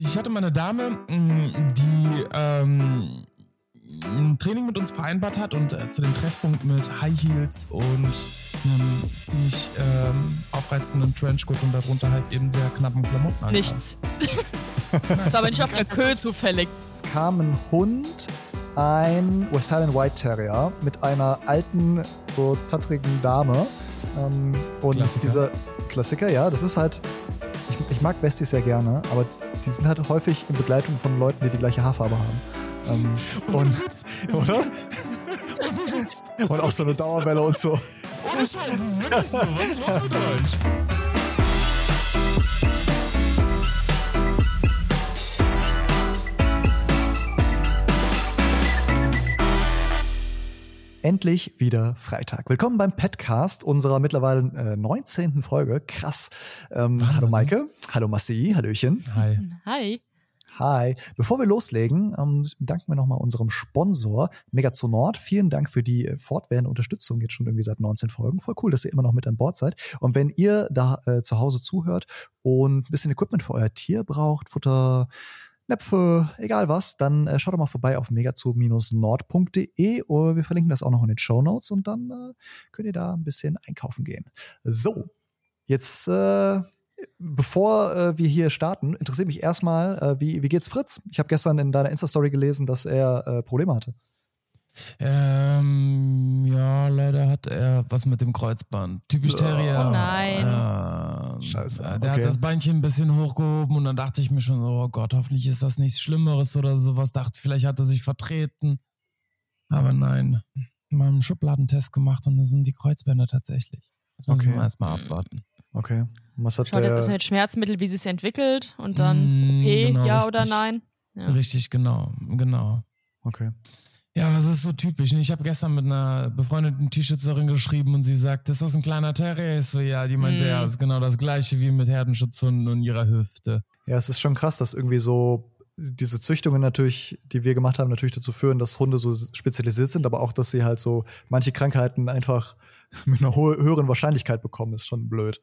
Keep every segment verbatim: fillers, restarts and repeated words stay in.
Ich hatte mal eine Dame, die ähm, ein Training mit uns vereinbart hat und äh, zu dem Treffpunkt mit High Heels und einem ziemlich ähm, aufreizenden Trenchcoat und darunter halt eben sehr knappen Klamotten ankam. Nichts. Das war aber nicht auf der Köhe zufällig. Es kam ein Hund, ein West Highland White Terrier mit einer alten, so tattrigen Dame. Ähm, und Klassiker. dieser Klassiker, ja, das ist halt, ich, ich mag Westies sehr gerne, aber die sind halt häufig in Begleitung von Leuten, die die gleiche Haarfarbe haben. Ähm, und, oder? Und auch so eine Dauerwelle und so. Ohne Scheiß, das ist wirklich so. Was ist los mit euch? Endlich wieder Freitag. Willkommen beim Petcast, unserer mittlerweile äh, neunzehnten Folge. Krass. Ähm, hallo Maike. Hallo Massi. Hallöchen. Hi. Hi. Hi. Bevor wir loslegen, ähm, danken wir nochmal unserem Sponsor Megazonord. Vielen Dank für die äh, fortwährende Unterstützung jetzt schon irgendwie seit neunzehn Folgen. Voll cool, dass ihr immer noch mit an Bord seid. Und wenn ihr da äh, zu Hause zuhört und ein bisschen Equipment für euer Tier braucht, Futter, Näpfe, egal was, dann äh, schaut doch mal vorbei auf megazoo Bindestrich nord punkt de. Oh, wir verlinken das auch noch in den Shownotes und dann äh, könnt ihr da ein bisschen einkaufen gehen. So, jetzt äh, bevor äh, wir hier starten, interessiert mich erstmal, äh, wie, wie geht's Fritz? Ich habe gestern in deiner Insta-Story gelesen, dass er äh, Probleme hatte. Ähm, ja, leider hat er was mit dem Kreuzband. Typisch Terrier. Oh nein. Ähm, Scheiße, Der okay. hat das Beinchen ein bisschen hochgehoben und dann dachte ich mir schon, oh Gott, hoffentlich ist das nichts Schlimmeres oder sowas. Dachte, vielleicht hat er sich vertreten. Aber nein, mal einen Schubladentest gemacht und das sind die Kreuzbänder tatsächlich. Das muss Okay. man erstmal abwarten. Okay. Und was hat Schaut jetzt der? erstmal mit Schmerzmittel, wie sie es entwickelt und dann Mm, O P, genau, ja richtig. oder nein. Ja. Richtig, genau, genau. Okay. Ja, das ist so typisch. Ich habe gestern mit einer befreundeten T-Shirtserin geschrieben und sie sagt, ist das ein kleiner Terrier? Ich so, ja, die meinte, Mm. ja, ist genau das gleiche wie mit Herdenschutzhunden und ihrer Hüfte. Ja, es ist schon krass, dass irgendwie so diese Züchtungen natürlich, die wir gemacht haben, natürlich dazu führen, dass Hunde so spezialisiert sind, aber auch, dass sie halt so manche Krankheiten einfach mit einer ho- höheren Wahrscheinlichkeit bekommen, ist schon blöd.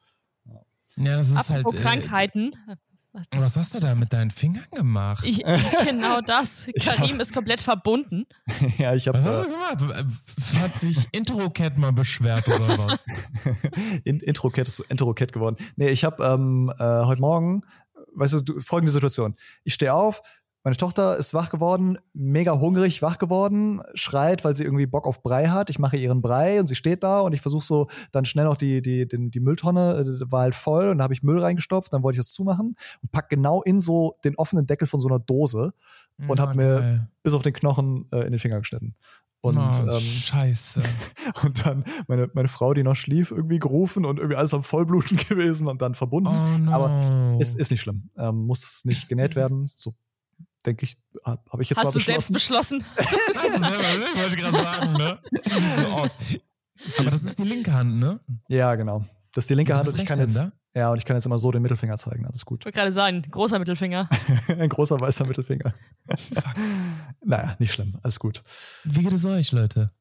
Ja, das ist Apropos halt. Krankheiten. Äh, was hast du da mit deinen Fingern gemacht? Ich, genau das. Karim ist komplett verbunden. Ja, ich habe was hast du gemacht? Hat sich Introcat mal beschwert oder was? In, Intro-Cat ist so Intro-Cat geworden. Nee, ich habe ähm, äh, heute Morgen, weißt du, du, folgende Situation. Ich stehe auf, meine Tochter ist wach geworden, mega hungrig wach geworden, schreit, weil sie irgendwie Bock auf Brei hat. Ich mache ihren Brei und sie steht da und ich versuche so dann schnell noch die, die, die, die Mülltonne, äh, war halt voll und da habe ich Müll reingestopft, dann wollte ich das zumachen und pack genau in so den offenen Deckel von so einer Dose und Na, habe mir geil. bis auf den Knochen äh, in den Finger geschnitten. Und, oh, ähm, Scheiße. und dann meine, meine Frau, die noch schlief, irgendwie gerufen und irgendwie alles am Vollbluten gewesen und dann verbunden. Oh no. Aber ist, ist nicht schlimm. Ähm, muss nicht genäht werden. So denke ich, habe hab ich jetzt Hast mal du selbst beschlossen. beschlossen? Das ist selber, ich wollte gerade sagen, ne? Sieht so aus. Aber das ist die linke Hand, ne? Ja, genau. Das ist die linke Du Hand bist und ich kann jetzt, Rechtshänder? ja, und ich kann jetzt immer so den Mittelfinger zeigen. Alles gut. Ich wollte gerade sagen, großer Mittelfinger. Ein großer weißer Mittelfinger. Fuck. Naja, nicht schlimm. Alles gut. Wie geht es euch, Leute?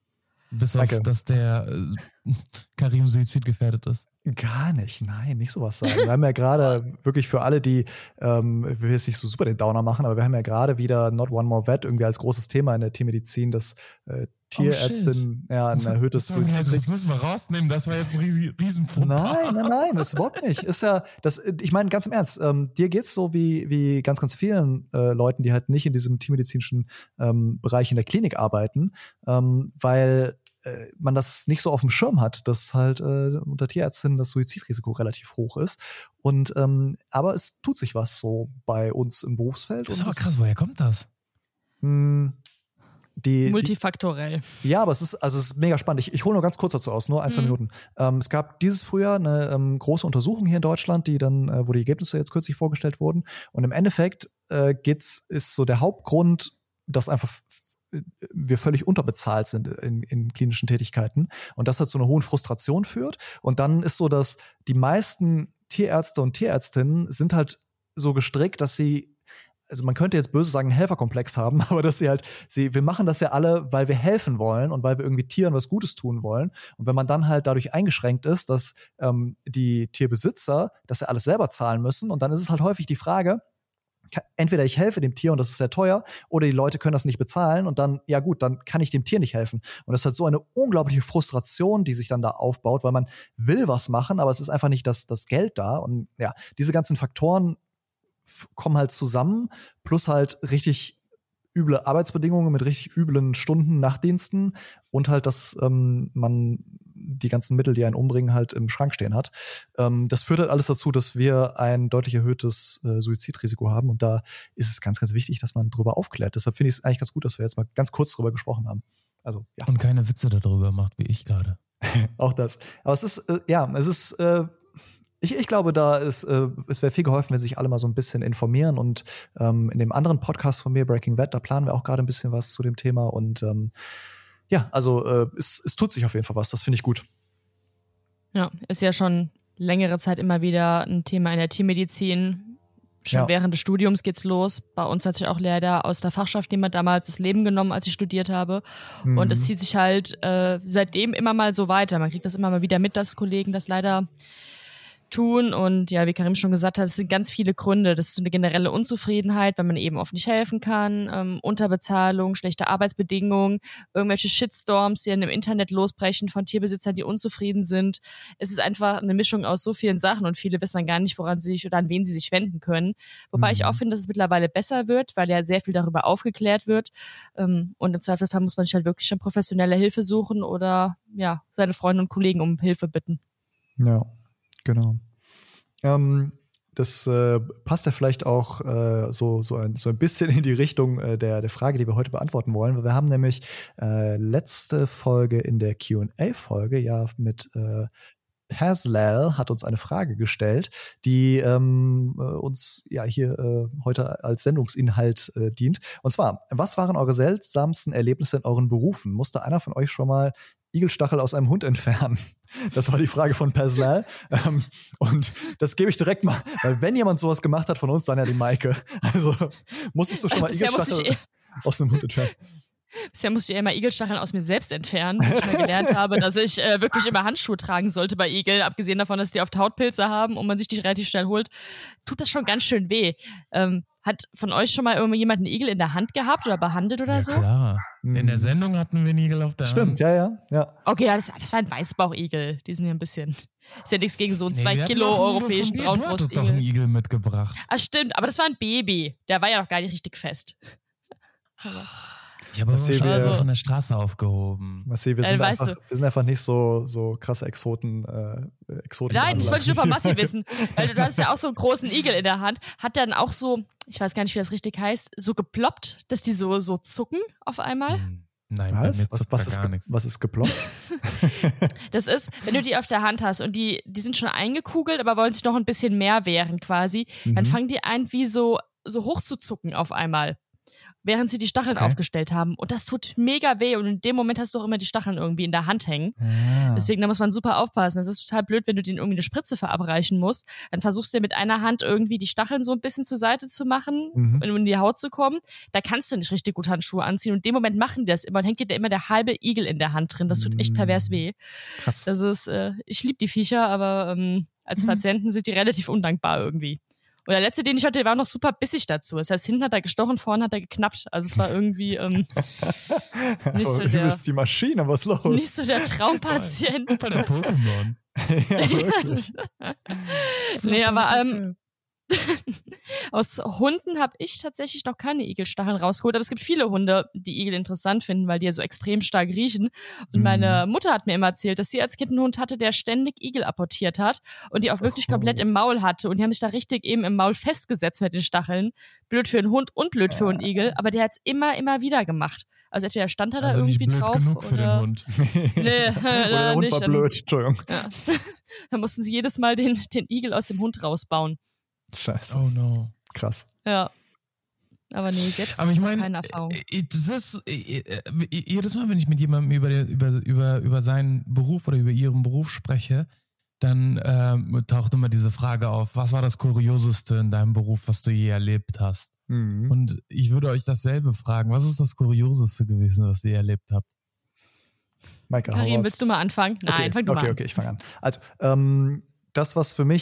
Bis Danke. auf, dass der äh, Karim suizidgefährdet ist. Gar nicht, nein, nicht sowas sagen. Wir haben ja gerade wirklich für alle, die, ähm, ich will jetzt nicht so super den Downer machen, aber wir haben ja gerade wieder Not One More Vet irgendwie als großes Thema in der Tiermedizin, dass äh, Tierärztinnen ja ein erhöhtes Sorry, Suizid. das müssen wir rausnehmen, das war jetzt ein riesen, riesen Nein, nein, nein, das überhaupt nicht. Ist ja, das, ich meine, ganz im Ernst, ähm, dir geht's so wie, wie ganz, ganz vielen äh, Leuten, die halt nicht in diesem tiermedizinischen ähm, Bereich in der Klinik arbeiten, ähm, weil äh, man das nicht so auf dem Schirm hat, dass halt äh, unter Tierärztinnen das Suizidrisiko relativ hoch ist. Und ähm, aber es tut sich was so bei uns im Berufsfeld. Das ist und aber es- krass, woher kommt das? mh, die, die, Multifaktorell. ja, aber es ist, also es ist mega spannend. Ich, ich hole nur ganz kurz dazu aus, nur ein, zwei Mhm. Minuten. Ähm, es gab dieses Frühjahr eine ähm, große Untersuchung hier in Deutschland, die dann, äh, wo die Ergebnisse jetzt kürzlich vorgestellt wurden. Und im Endeffekt äh, geht's, ist so der Hauptgrund, dass einfach f- f- wir völlig unterbezahlt sind in, in klinischen Tätigkeiten und das halt zu einer hohen Frustration führt. Und dann ist so, dass die meisten Tierärzte und Tierärztinnen sind halt so gestrickt, dass sie, also man könnte jetzt böse sagen, einen Helferkomplex haben, aber dass sie halt, sie, wir machen das ja alle, weil wir helfen wollen und weil wir irgendwie Tieren was Gutes tun wollen. Und wenn man dann halt dadurch eingeschränkt ist, dass ähm, die Tierbesitzer das ja alles selber zahlen müssen, und dann ist es halt häufig die Frage, entweder ich helfe dem Tier und das ist sehr teuer, oder die Leute können das nicht bezahlen und dann, ja gut, dann kann ich dem Tier nicht helfen. Und das ist halt so eine unglaubliche Frustration, die sich dann da aufbaut, weil man will was machen, aber es ist einfach nicht das, das Geld da. Und ja, diese ganzen Faktoren f- kommen halt zusammen, plus halt richtig üble Arbeitsbedingungen mit richtig üblen Stunden, Nachtdiensten und halt, dass ähm, man die ganzen Mittel, die einen umbringen, halt im Schrank stehen hat. Ähm, das führt halt alles dazu, dass wir ein deutlich erhöhtes äh, Suizidrisiko haben und da ist es ganz, ganz wichtig, dass man drüber aufklärt. Deshalb finde ich es eigentlich ganz gut, dass wir jetzt mal ganz kurz drüber gesprochen haben. Also, ja. Und keine Witze darüber macht, wie ich gerade. Auch das. Aber es ist, äh, ja, es ist, äh, ich, ich glaube, da ist, äh, es wäre viel geholfen, wenn sich alle mal so ein bisschen informieren und ähm, in dem anderen Podcast von mir, Breaking Bad, da planen wir auch gerade ein bisschen was zu dem Thema und ähm, ja, also äh, es, es tut sich auf jeden Fall was, das finde ich gut. Ja, ist ja schon längere Zeit immer wieder ein Thema in der Tiermedizin. Schon Ja. während des Studiums geht's los. Bei uns hat sich auch leider aus der Fachschaft jemand damals das Leben genommen, als ich studiert habe. Mhm. Und es zieht sich halt äh, seitdem immer mal so weiter. Man kriegt das immer mal wieder mit, dass Kollegen das leider tun. Und ja, wie Karim schon gesagt hat, es sind ganz viele Gründe. Das ist so eine generelle Unzufriedenheit, weil man eben oft nicht helfen kann, ähm, Unterbezahlung, schlechte Arbeitsbedingungen, irgendwelche Shitstorms, die dann im Internet losbrechen von Tierbesitzern, die unzufrieden sind. Es ist einfach eine Mischung aus so vielen Sachen und viele wissen dann gar nicht, woran sie sich oder an wen sie sich wenden können. Wobei Mhm. ich auch finde, dass es mittlerweile besser wird, weil ja sehr viel darüber aufgeklärt wird. Ähm, und im Zweifelsfall muss man sich halt wirklich dann professionelle Hilfe suchen oder ja, seine Freunde und Kollegen um Hilfe bitten. Ja, genau. Ähm, das äh, passt ja vielleicht auch äh, so, so, ein, so ein bisschen in die Richtung äh, der, der Frage, die wir heute beantworten wollen. Weil wir haben nämlich äh, letzte Folge in der Q und A-Folge ja mit äh, Haslal hat uns eine Frage gestellt, die ähm, äh, uns ja hier äh, heute als Sendungsinhalt äh, dient. Und zwar, was waren eure seltsamsten Erlebnisse in euren Berufen? Musste einer von euch schon mal Igelstachel aus einem Hund entfernen? Das war die Frage von Haslal. ähm, und das gebe ich direkt mal, weil wenn jemand sowas gemacht hat von uns, dann ja die Maike. Also musstest du schon mal Bisher musste Igelstachel ich aus einem Hund entfernen? Bisher musste ich ja immer Igelstacheln aus mir selbst entfernen, bis ich mal gelernt habe, dass ich äh, wirklich immer Handschuhe tragen sollte bei Igeln, abgesehen davon, dass die oft Hautpilze haben und man sich die relativ schnell holt, tut das schon ganz schön weh. Ähm, hat von euch schon mal irgendwie jemand einen Igel in der Hand gehabt oder behandelt oder Ja, so? klar. In der Sendung hatten wir einen Igel auf der Stimmt, Hand. ja, ja, ja. Okay, ja, das, das war ein Weißbauchigel. Die sind ja ein bisschen. Ist ja nichts gegen so einen Nee, zwei wir hatten Kilo doch nur europäischen von dir. Du hattest doch einen Braunbrustigel. Igel mitgebracht. Ah, stimmt, aber das war ein Baby. Der war ja noch gar nicht richtig fest. Aber Ich habe aber Das sehen schon wir- von der Straße aufgehoben. Massi, wir Äh, sind, weißt einfach, wir sind einfach nicht so, so krasse Exoten. Äh, Exoten Nein, das wollte ich nur von Massi wissen. Weil du hast ja auch so einen großen Igel in der Hand. Hat dann auch so, ich weiß gar nicht, wie das richtig heißt, so geploppt, dass die so, so zucken auf einmal. Hm. Nein, bei mir Was? Was, zuckt was, da ist, gar ge- nichts. was ist geploppt? Das ist, wenn du die auf der Hand hast und die, die sind schon eingekugelt, aber wollen sich noch ein bisschen mehr wehren quasi, dann Mhm. fangen die an, wie so, so hoch zu zucken auf einmal. Während sie die Stacheln Okay. aufgestellt haben. Und das tut mega weh. Und in dem Moment hast du auch immer die Stacheln irgendwie in der Hand hängen. Ah. Deswegen, da muss man super aufpassen. Das ist total blöd, wenn du denen irgendwie eine Spritze verabreichen musst. Dann versuchst du dir mit einer Hand irgendwie die Stacheln so ein bisschen zur Seite zu machen, Mhm. um in die Haut zu kommen. Da kannst du nicht richtig gut Handschuhe anziehen. Und in dem Moment machen die das immer. Und hängt dir da immer der halbe Igel in der Hand drin. Das tut echt Mm. pervers weh. Krass. Das ist, äh, ich liebe die Viecher, aber ähm, als Mhm. Patienten sind die relativ undankbar irgendwie. Und der letzte, den ich hatte, der war noch super bissig dazu. Das heißt, hinten hat er gestochen, vorne hat er geknappt. Also es war irgendwie ähm, nicht, so Aber der, übelst die Maschine, was los? nicht so der Traumpatient. Bei der Pokémon. ja, wirklich. Nee, aber ähm, aus Hunden habe ich tatsächlich noch keine Igelstacheln rausgeholt, aber es gibt viele Hunde, die Igel interessant finden, weil die ja so extrem stark riechen. Und Mhm. meine Mutter hat mir immer erzählt, dass sie als Kind einen Hund hatte, der ständig Igel apportiert hat und die auch wirklich Oh. komplett im Maul hatte. Und die haben sich da richtig eben im Maul festgesetzt mit den Stacheln. Blöd für einen Hund und blöd für einen Igel, aber der hat es immer, immer wieder gemacht. Also entweder stand er da Also nicht irgendwie blöd drauf genug für oder den Hund. Nee, Oder der leider Hund nicht. war Dann- blöd, Entschuldigung. Ja. Dann mussten sie jedes Mal den, den Igel aus dem Hund rausbauen. Scheiße, Oh no. krass. Ja. Aber nee, selbst Aber ich meine, keine Erfahrung. äh, das ist äh, äh, jedes Mal, wenn ich mit jemandem über, der, über, über, über seinen Beruf oder über ihren Beruf spreche, dann ähm, taucht immer diese Frage auf, was war das Kurioseste in deinem Beruf, was du je erlebt hast? Mhm. Und ich würde euch dasselbe fragen, was ist das Kurioseste gewesen, was ihr erlebt habt? Maike, hau Karin, raus. willst du mal anfangen? Nein, okay, fang du okay, mal an. okay, ich fange an. Also, ähm, das, was für mich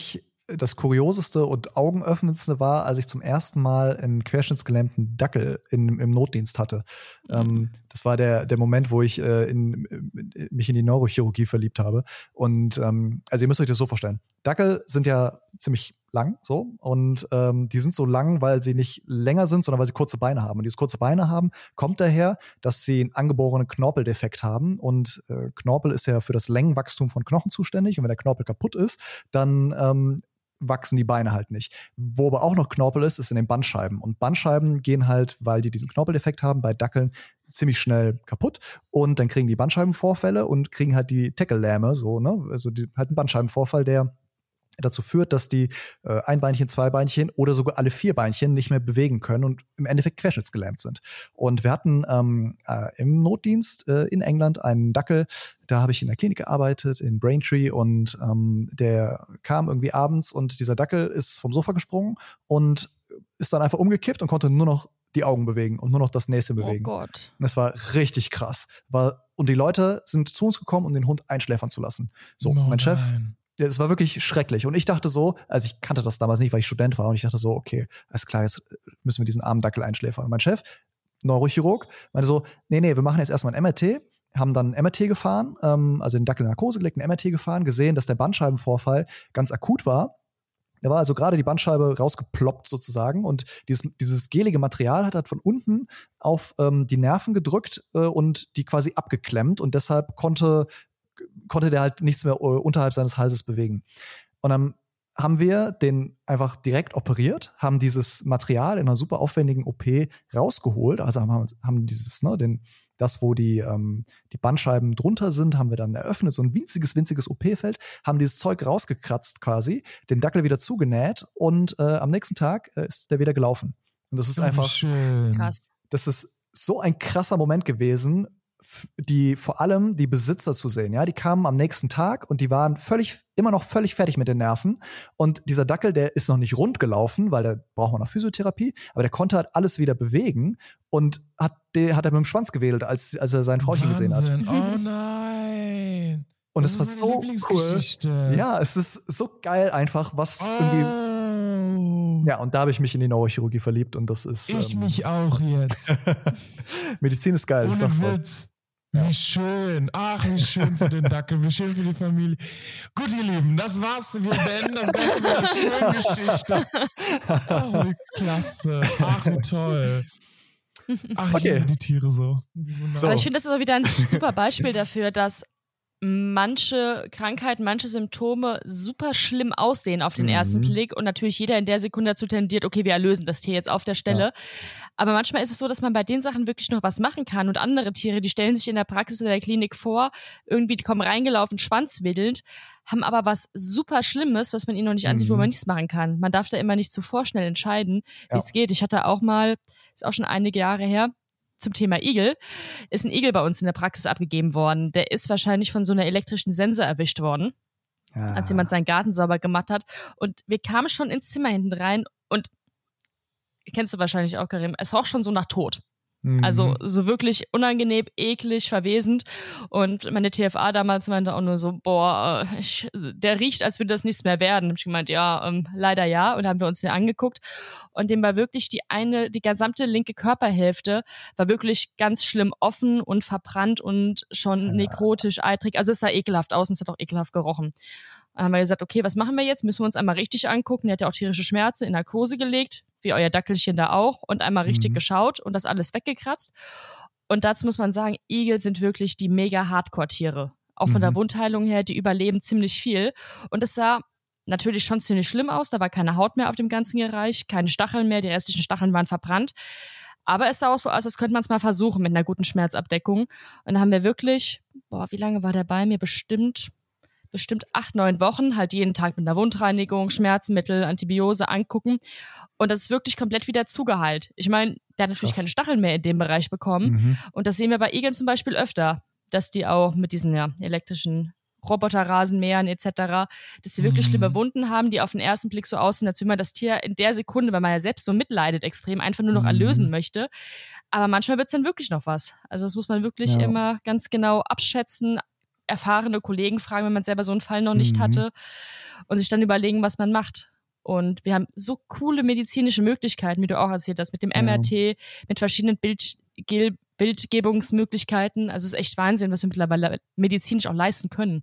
das Kurioseste und Augenöffnendste war, als ich zum ersten Mal einen querschnittsgelähmten Dackel in, im Notdienst hatte. Mhm. Ähm, das war der, der Moment, wo ich äh, in, in, mich in die Neurochirurgie verliebt habe. Und ähm, also ihr müsst euch das so vorstellen. Dackel sind ja ziemlich lang, so. Und ähm, die sind so lang, weil sie nicht länger sind, sondern weil sie kurze Beine haben. Und dieses kurze Beine haben, kommt daher, dass sie einen angeborenen Knorpeldefekt haben. Und äh, Knorpel ist ja für das Längenwachstum von Knochen zuständig. Und wenn der Knorpel kaputt ist, dann ähm, wachsen die Beine halt nicht. Wo aber auch noch Knorpel ist, ist in den Bandscheiben. Und Bandscheiben gehen halt, weil die diesen Knorpeldefekt haben, bei Dackeln ziemlich schnell kaputt. Und dann kriegen die Bandscheibenvorfälle und kriegen halt die Tackle-Lähme, so, ne? Also die, halt einen Bandscheibenvorfall, der dazu führt, dass die äh, ein Beinchen, zwei Beinchen oder sogar alle vier Beinchen nicht mehr bewegen können und im Endeffekt querschnittsgelähmt sind. Und wir hatten ähm, äh, im Notdienst äh, in England einen Dackel, da habe ich in der Klinik gearbeitet, in Braintree, und ähm, der kam irgendwie abends und dieser Dackel ist vom Sofa gesprungen und ist dann einfach umgekippt und konnte nur noch die Augen bewegen und nur noch das Näschen bewegen. Oh Gott. Das war richtig krass. War, und die Leute sind zu uns gekommen, um den Hund einschläfern zu lassen. So, oh mein Chef, nein. ja, es war wirklich schrecklich. Und ich dachte so, also ich kannte das damals nicht, weil ich Student war, und ich dachte so, okay, alles klar, jetzt müssen wir diesen armen Dackel einschläfern. Und mein Chef, Neurochirurg, meinte so, nee, nee, wir machen jetzt erstmal ein M R T, haben dann ein M R T gefahren, ähm, also den Dackel in Narkose gelegt, ein M R T gefahren, gesehen, dass der Bandscheibenvorfall ganz akut war. Da war also gerade die Bandscheibe rausgeploppt sozusagen, und dieses, dieses gelige Material hat halt von unten auf ähm, die Nerven gedrückt äh, und die quasi abgeklemmt, und deshalb konnte konnte der halt nichts mehr unterhalb seines Halses bewegen. Und dann haben wir den einfach direkt operiert, haben dieses Material in einer super aufwendigen O P rausgeholt, also haben, haben dieses, ne, den, das, wo die, ähm, die Bandscheiben drunter sind, haben wir dann eröffnet, so ein winziges, winziges O P-Feld, haben dieses Zeug rausgekratzt quasi, den Dackel wieder zugenäht, und äh, am nächsten Tag äh, ist der wieder gelaufen. Und das ist Oh, einfach schön. Krass. Das ist so ein krasser Moment gewesen, die vor allem die Besitzer zu sehen, ja, die kamen am nächsten Tag und die waren völlig, immer noch völlig fertig mit den Nerven, und dieser Dackel, der ist noch nicht rund gelaufen, weil da braucht man noch Physiotherapie, aber der konnte halt alles wieder bewegen und hat, der, hat er mit dem Schwanz gewedelt, als, als er sein Frauchen Wahnsinn. gesehen hat. Oh nein. Und das es war ist so meine cool. Lieblingsgeschichte. Ja, es ist so geil einfach, was Oh. irgendwie. Ja, und da habe ich mich in die Neurochirurgie verliebt, und das ist. Ich ähm, mich auch jetzt. Medizin ist geil, ich Ohne sag's euch. Witz. Wie schön. Ach, wie schön für den Dackel, wie schön für die Familie. Gut, ihr Lieben, das war's. Wir beenden das Ganze mit einer schönen Geschichte. Ach, wie klasse. Ach, wie toll. Ach, ich Okay. liebe die Tiere so. Wie wunderbar. So. Aber ich finde, das ist auch wieder ein super Beispiel dafür, dass manche Krankheiten, manche Symptome super schlimm aussehen auf den Mhm. ersten Blick, und natürlich jeder in der Sekunde dazu tendiert, okay, wir erlösen das Tier jetzt auf der Stelle. Ja. Aber manchmal ist es so, dass man bei den Sachen wirklich noch was machen kann, und andere Tiere, die stellen sich in der Praxis oder der Klinik vor, irgendwie, die kommen reingelaufen, schwanzwedelnd, haben aber was super Schlimmes, was man ihnen noch nicht ansieht, wo Mhm. man nichts machen kann. Man darf da immer nicht zu vorschnell entscheiden, wie Ja. es geht. Ich hatte auch mal, ist auch schon einige Jahre her, zum Thema Igel, ist ein Igel bei uns in der Praxis abgegeben worden. Der ist wahrscheinlich von so einer elektrischen Sense erwischt worden, Ja. als jemand seinen Garten sauber gemacht hat. Und wir kamen schon ins Zimmer hinten rein, und kennst du wahrscheinlich auch, Karim, es roch schon so nach Tod. Mhm. Also so wirklich unangenehm, eklig, verwesend. Und meine T F A damals meinte auch nur so, boah, äh, ich, der riecht, als würde das nichts mehr werden. Hab ich gemeint, ja, ähm, leider ja. Und haben wir uns den angeguckt. Und dem war wirklich die eine, die gesamte linke Körperhälfte war wirklich ganz schlimm offen und verbrannt und schon Ja. nekrotisch, eitrig. Also es sah ekelhaft aus, und es hat auch ekelhaft gerochen. Dann haben wir gesagt, okay, was machen wir jetzt? Müssen wir uns einmal richtig angucken. Der hat ja auch tierische Schmerzen, in Narkose gelegt, wie euer Dackelchen da auch, und einmal richtig Mhm. geschaut und das alles weggekratzt. Und dazu muss man sagen, Igel sind wirklich die mega Hardcore-Tiere. Auch von Mhm. der Wundheilung her, die überleben ziemlich viel. Und es sah natürlich schon ziemlich schlimm aus. Da war keine Haut mehr auf dem ganzen Bereich, keine Stacheln mehr, die restlichen Stacheln waren verbrannt. Aber es sah auch so aus, als könnte man es mal versuchen mit einer guten Schmerzabdeckung. Und dann haben wir wirklich, boah, wie lange war der bei mir? Bestimmt bestimmt acht, neun Wochen, halt jeden Tag mit einer Wundreinigung, Schmerzmittel, Antibiose angucken. Und das ist wirklich komplett wieder zugeheilt. Ich meine, der hat natürlich Krass. keine Stacheln mehr in dem Bereich bekommen. Mhm. Und das sehen wir bei Igeln zum Beispiel öfter, dass die auch mit diesen ja, elektrischen Roboterrasenmähern et cetera, dass sie wirklich Mhm. schlimme Wunden haben, die auf den ersten Blick so aussehen, als wenn man das Tier in der Sekunde, weil man ja selbst so mitleidet extrem, einfach nur noch Mhm. erlösen möchte. Aber manchmal wird es dann wirklich noch was. Also das muss man wirklich Ja. immer ganz genau abschätzen, erfahrene Kollegen fragen, wenn man selber so einen Fall noch nicht mhm. hatte und sich dann überlegen, was man macht. Und wir haben so coole medizinische Möglichkeiten, wie du auch erzählt hast, mit dem M R T, ja. mit verschiedenen Bild, Bildgebungsmöglichkeiten. Also es ist echt Wahnsinn, was wir mittlerweile medizinisch auch leisten können.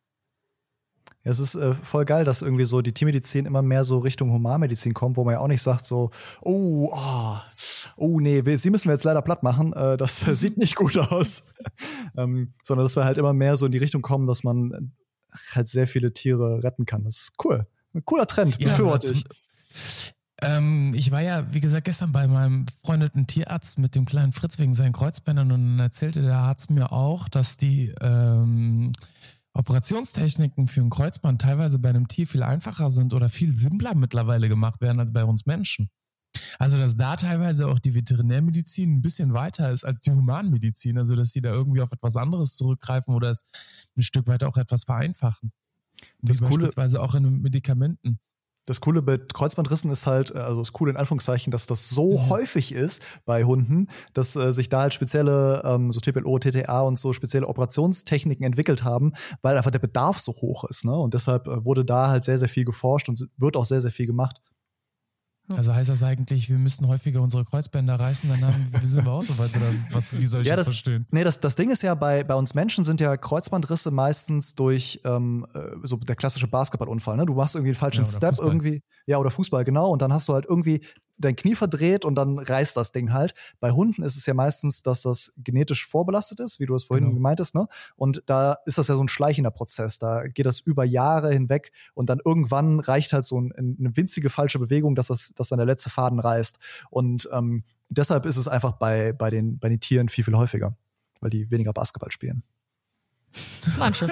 Ja, es ist äh, voll geil, dass irgendwie so die Tiermedizin immer mehr so Richtung Humanmedizin kommt, wo man ja auch nicht sagt so, oh, oh, oh nee, wir, sie müssen wir jetzt leider platt machen, äh, das äh, sieht nicht gut aus. ähm, sondern dass wir halt immer mehr so in die Richtung kommen, dass man halt sehr viele Tiere retten kann. Das ist cool. Ein cooler Trend, ja, befürworte ich. Ähm, ich war ja, wie gesagt, gestern bei meinem befreundeten Tierarzt mit dem kleinen Fritz wegen seinen Kreuzbändern und dann erzählte der Arzt mir auch, dass die ähm, Operationstechniken für ein Kreuzband teilweise bei einem Tier viel einfacher sind oder viel simpler mittlerweile gemacht werden als bei uns Menschen. Also, dass da teilweise auch die Veterinärmedizin ein bisschen weiter ist als die Humanmedizin, also dass sie da irgendwie auf etwas anderes zurückgreifen oder es ein Stück weit auch etwas vereinfachen. Das Wie beispielsweise auch in den Medikamenten. Das Coole bei Kreuzbandrissen ist halt, also das Coole in Anführungszeichen, dass das so mhm. häufig ist bei Hunden, dass äh, sich da halt spezielle, ähm, so T P L O, T T A und so spezielle Operationstechniken entwickelt haben, weil einfach der Bedarf so hoch ist, ne? Und deshalb äh, wurde da halt sehr, sehr viel geforscht und wird auch sehr, sehr viel gemacht. Also heißt das eigentlich, wir müssen häufiger unsere Kreuzbänder reißen, dann haben, sind wir auch so weit, oder was, wie soll ich ja, das, das verstehen? Nee, das, das Ding ist ja, bei, bei uns Menschen sind ja Kreuzbandrisse meistens durch ähm, so der klassische Basketballunfall, ne? Du machst irgendwie einen falschen ja, Step Fußball. irgendwie, ja, oder Fußball, genau, und dann hast du halt irgendwie dein Knie verdreht und dann reißt das Ding halt. Bei Hunden ist es ja meistens, dass das genetisch vorbelastet ist, wie du es vorhin genau. gemeintest, ne? Und da ist das ja so ein schleichender Prozess. Da geht das über Jahre hinweg und dann irgendwann reicht halt so ein, eine winzige falsche Bewegung, dass das, dass dann der letzte Faden reißt. Und ähm, deshalb ist es einfach bei, bei, den, bei den Tieren viel, viel häufiger, weil die weniger Basketball spielen. Manche.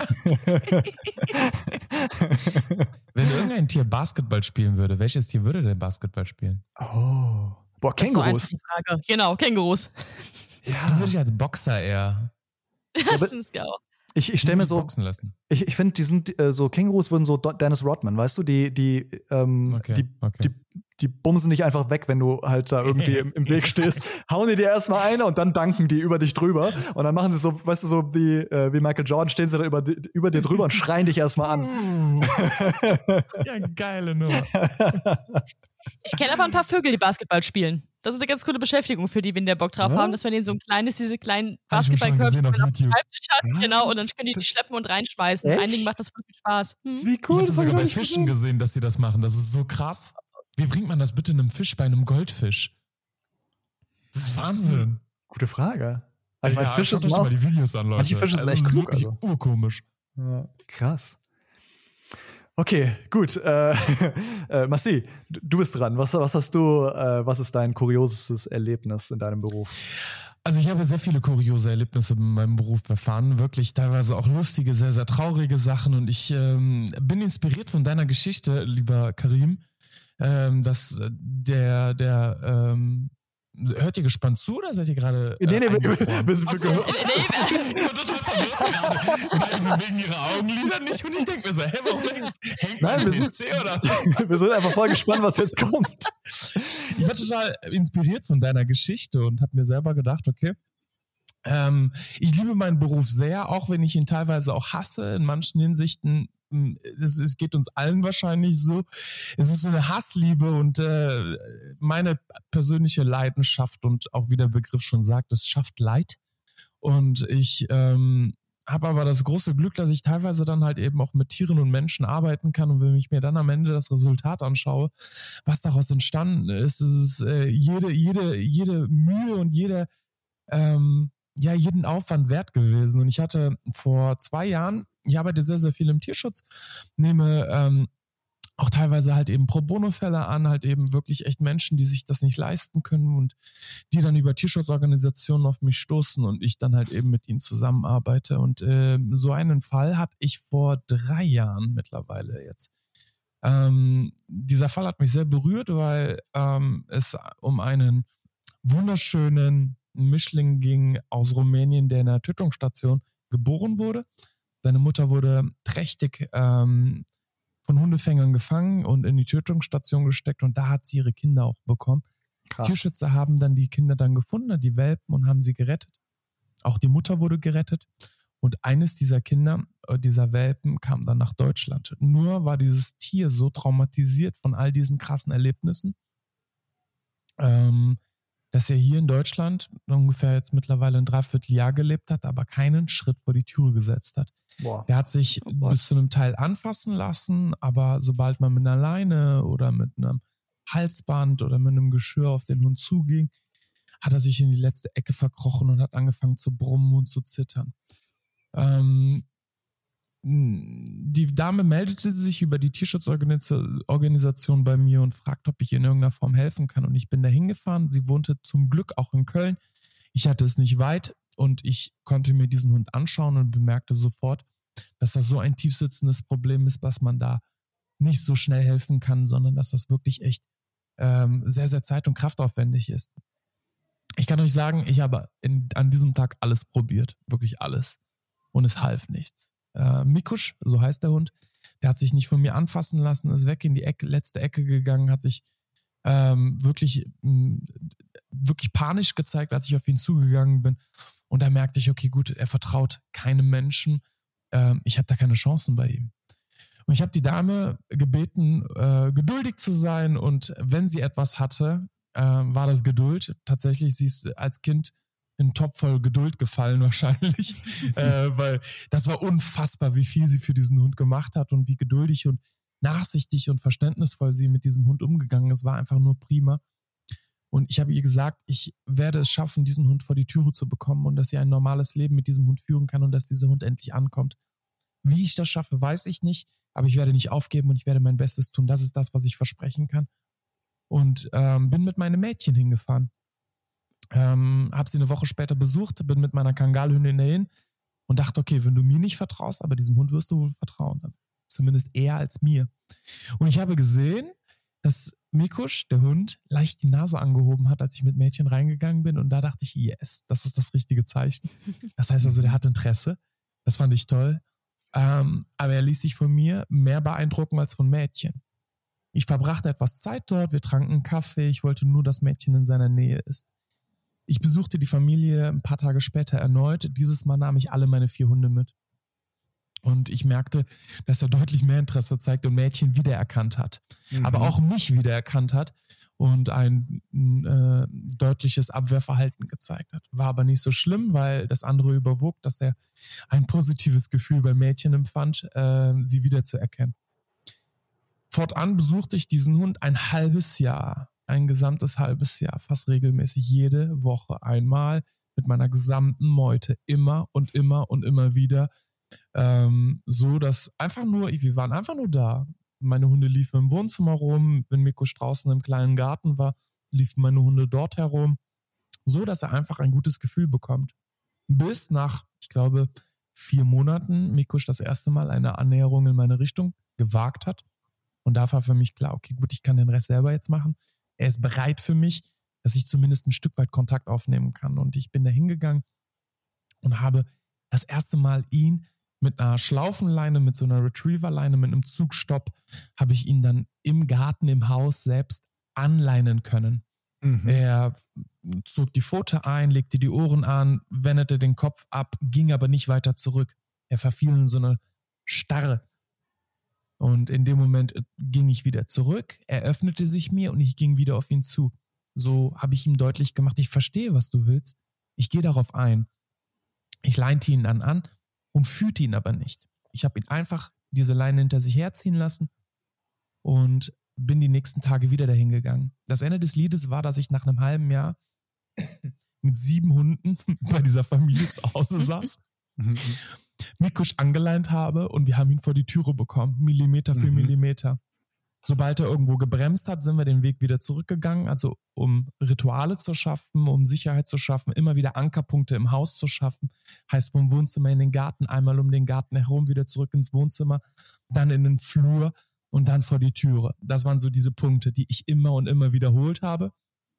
Wenn irgendein Tier Basketball spielen würde, welches Tier würde denn Basketball spielen? Oh. Boah, Kängurus. So genau, Kängurus. Ja. Die würde ich als Boxer eher. Ja, stimmt auch. Ich, ich stelle mir so, boxen lassen. ich, ich finde, die sind äh, so Kängurus würden so Dennis Rodman, weißt du, die, die, ähm, okay, die, okay. die, die bumsen nicht einfach weg, wenn du halt da irgendwie im, im Weg stehst, hauen die dir erstmal eine und dann danken die über dich drüber und dann machen sie so, weißt du, so wie, äh, wie Michael Jordan, stehen sie da über, über dir drüber und schreien dich erstmal an. Ja, geile Nummer. Ich kenne aber ein paar Vögel, die Basketball spielen. Das ist eine ganz coole Beschäftigung für die, wenn der Bock drauf Was? haben, dass man denen so ein kleines, diese kleinen Basketballkörper auf dem Schreibtisch hat. Ja, genau, und dann können die die schleppen und reinschmeißen. Echt? Einigen macht das voll viel Spaß. Hm? Wie cool. Ich habe das sogar bei Fischen gesehen, dass sie das machen. Das ist so krass. Wie bringt man das bitte einem Fisch bei einem Goldfisch? Das ist Wahnsinn. Gute Frage. Ich meine, ja, Fische sind auch mal die Videos an, Leute. Manche Fische sind also echt klug. Also. Urkomisch. Ja, krass. Okay, gut. Äh, äh, Massi, du bist dran. Was, was hast du, äh, was ist dein kuriosestes Erlebnis in deinem Beruf? Also ich habe sehr viele kuriose Erlebnisse in meinem Beruf erfahren, wirklich teilweise auch lustige, sehr, sehr traurige Sachen und ich ähm, bin inspiriert von deiner Geschichte, lieber Karim, ähm, dass der, der, ähm, hört ihr gespannt zu oder seid ihr gerade äh, Nee, nee, wir, wir, wir sind gehört. Wegen ihrer Augenlider nicht und ich denke mir so, hä, warum hängt Nein, wir sind, C, oder? Wir sind einfach voll gespannt, was jetzt kommt. Ich war total inspiriert von deiner Geschichte und habe mir selber gedacht, okay, ähm, ich liebe meinen Beruf sehr, auch wenn ich ihn teilweise auch hasse, in manchen Hinsichten. Es, es geht uns allen wahrscheinlich so. Es ist so eine Hassliebe und äh, meine persönliche Leidenschaft und auch wie der Begriff schon sagt, es schafft Leid. Und ich ähm, habe aber das große Glück, dass ich teilweise dann halt eben auch mit Tieren und Menschen arbeiten kann und wenn ich mir dann am Ende das Resultat anschaue, was daraus entstanden ist, ist es äh, jede, jede, jede Mühe und jede ähm, ja, jeden Aufwand wert gewesen. Und ich hatte vor zwei Jahren, ich arbeite sehr, sehr viel im Tierschutz, nehme ähm, auch teilweise halt eben Pro-Bono-Fälle an, halt eben wirklich echt Menschen, die sich das nicht leisten können und die dann über Tierschutzorganisationen auf mich stoßen und ich dann halt eben mit ihnen zusammenarbeite. Und äh, so einen Fall hatte ich vor drei Jahren mittlerweile jetzt. Ähm, dieser Fall hat mich sehr berührt, weil ähm, es um einen wunderschönen Mischling ging aus Rumänien, der in einer Tötungsstation geboren wurde. Seine Mutter wurde trächtig ähm, von Hundefängern gefangen und in die Tötungsstation gesteckt und da hat sie ihre Kinder auch bekommen. Krass. Tierschützer haben dann die Kinder dann gefunden, die Welpen, und haben sie gerettet. Auch die Mutter wurde gerettet Und eines dieser Kinder, dieser Welpen, kam dann nach Deutschland. Nur war dieses Tier so traumatisiert von all diesen krassen Erlebnissen, ähm, dass er hier in Deutschland ungefähr jetzt mittlerweile ein Dreivierteljahr gelebt hat, aber keinen Schritt vor die Türe gesetzt hat. Boah. Er hat sich Oh, bis zu einem Teil anfassen lassen, aber sobald man mit einer Leine oder mit einem Halsband oder mit einem Geschirr auf den Hund zuging, hat er sich in die letzte Ecke verkrochen und hat angefangen zu brummen und zu zittern. Ähm, die Dame meldete sich über die Tierschutzorganisation bei mir und fragte, ob ich ihr in irgendeiner Form helfen kann. Und ich bin da hingefahren. Sie wohnte zum Glück auch in Köln. Ich hatte es nicht weit und ich konnte mir diesen Hund anschauen und bemerkte sofort, dass das so ein tiefsitzendes Problem ist, dass man da nicht so schnell helfen kann, sondern dass das wirklich echt ähm, sehr, sehr zeit- und kraftaufwendig ist. Ich kann euch sagen, ich habe in, an diesem Tag alles probiert, wirklich alles. Und es half nichts. Äh, Mikusch, so heißt der Hund, der hat sich nicht von mir anfassen lassen, ist weg in die Ecke, letzte Ecke gegangen, hat sich ähm, wirklich, mh, wirklich panisch gezeigt, als ich auf ihn zugegangen bin. Und da merkte ich, okay, gut, er vertraut keinem Menschen. Ähm, ich habe da keine Chancen bei ihm. Und ich habe die Dame gebeten, äh, geduldig zu sein. Und wenn sie etwas hatte, äh, war das Geduld. Tatsächlich, sie ist als Kind in einen Topf voll Geduld gefallen wahrscheinlich, äh, weil das war unfassbar, wie viel sie für diesen Hund gemacht hat und wie geduldig und nachsichtig und verständnisvoll sie mit diesem Hund umgegangen ist, war einfach nur prima. Und ich habe ihr gesagt, ich werde es schaffen, diesen Hund vor die Türe zu bekommen und dass sie ein normales Leben mit diesem Hund führen kann und dass dieser Hund endlich ankommt. Wie ich das schaffe, weiß ich nicht, aber ich werde nicht aufgeben und ich werde mein Bestes tun. Das ist das, was ich versprechen kann. Und ähm, bin mit meinem Mädchen hingefahren. Ähm, habe sie eine Woche später besucht, bin mit meiner Kangalhündin dahin und dachte, okay, wenn du mir nicht vertraust, aber diesem Hund wirst du wohl vertrauen. Zumindest eher als mir. Und ich habe gesehen, dass Mikusch, der Hund, leicht die Nase angehoben hat, als ich mit Mädchen reingegangen bin. Und da dachte ich, yes, das ist das richtige Zeichen. Das heißt also, der hat Interesse. Das fand ich toll. Ähm, aber er ließ sich von mir mehr beeindrucken als von Mädchen. Ich verbrachte etwas Zeit dort, wir tranken Kaffee. Ich wollte nur, dass Mädchen in seiner Nähe ist. Ich besuchte die Familie ein paar Tage später erneut. Dieses Mal nahm ich alle meine vier Hunde mit. Und ich merkte, dass er deutlich mehr Interesse zeigt und Mädchen wiedererkannt hat. Mhm. Aber auch mich wiedererkannt hat und ein äh, deutliches Abwehrverhalten gezeigt hat. War aber nicht so schlimm, weil das andere überwog, dass er ein positives Gefühl bei Mädchen empfand, äh, sie wiederzuerkennen. Fortan besuchte ich diesen Hund ein halbes Jahr. Ein gesamtes halbes Jahr, fast regelmäßig jede Woche einmal mit meiner gesamten Meute, immer und immer und immer wieder, ähm, so dass einfach nur, wir waren einfach nur da. Meine Hunde liefen im Wohnzimmer rum, wenn Mikusch draußen im kleinen Garten war, liefen meine Hunde dort herum, so dass er einfach ein gutes Gefühl bekommt. Bis nach, ich glaube, vier Monaten Mikusch das erste Mal eine Annäherung in meine Richtung gewagt hat und da war für mich klar, okay, gut, ich kann den Rest selber jetzt machen. Er ist bereit für mich, dass ich zumindest ein Stück weit Kontakt aufnehmen kann. Und ich bin da hingegangen und habe das erste Mal ihn mit einer Schlaufenleine, mit so einer Retrieverleine, mit einem Zugstopp, habe ich ihn dann im Garten, im Haus selbst anleinen können. Mhm. Er zog die Pfote ein, legte die Ohren an, wendete den Kopf ab, ging aber nicht weiter zurück. Er verfiel in so eine Starre. Und in dem Moment ging ich wieder zurück, er öffnete sich mir und ich ging wieder auf ihn zu. So habe ich ihm deutlich gemacht, ich verstehe, was du willst. Ich gehe darauf ein. Ich leinte ihn dann an und führte ihn aber nicht. Ich habe ihn einfach diese Leine hinter sich herziehen lassen und bin die nächsten Tage wieder dahin gegangen. Das Ende des Liedes war, dass ich nach einem halben Jahr mit sieben Hunden bei dieser Familie zu Hause saß. Mikusch angeleint habe und wir haben ihn vor die Türe bekommen, Millimeter für mhm. Millimeter. Sobald er irgendwo gebremst hat, sind wir den Weg wieder zurückgegangen, also um Rituale zu schaffen, um Sicherheit zu schaffen, immer wieder Ankerpunkte im Haus zu schaffen. Heißt vom Wohnzimmer in den Garten, einmal um den Garten herum, wieder zurück ins Wohnzimmer, dann in den Flur und dann vor die Türe. Das waren so diese Punkte, die ich immer und immer wiederholt habe,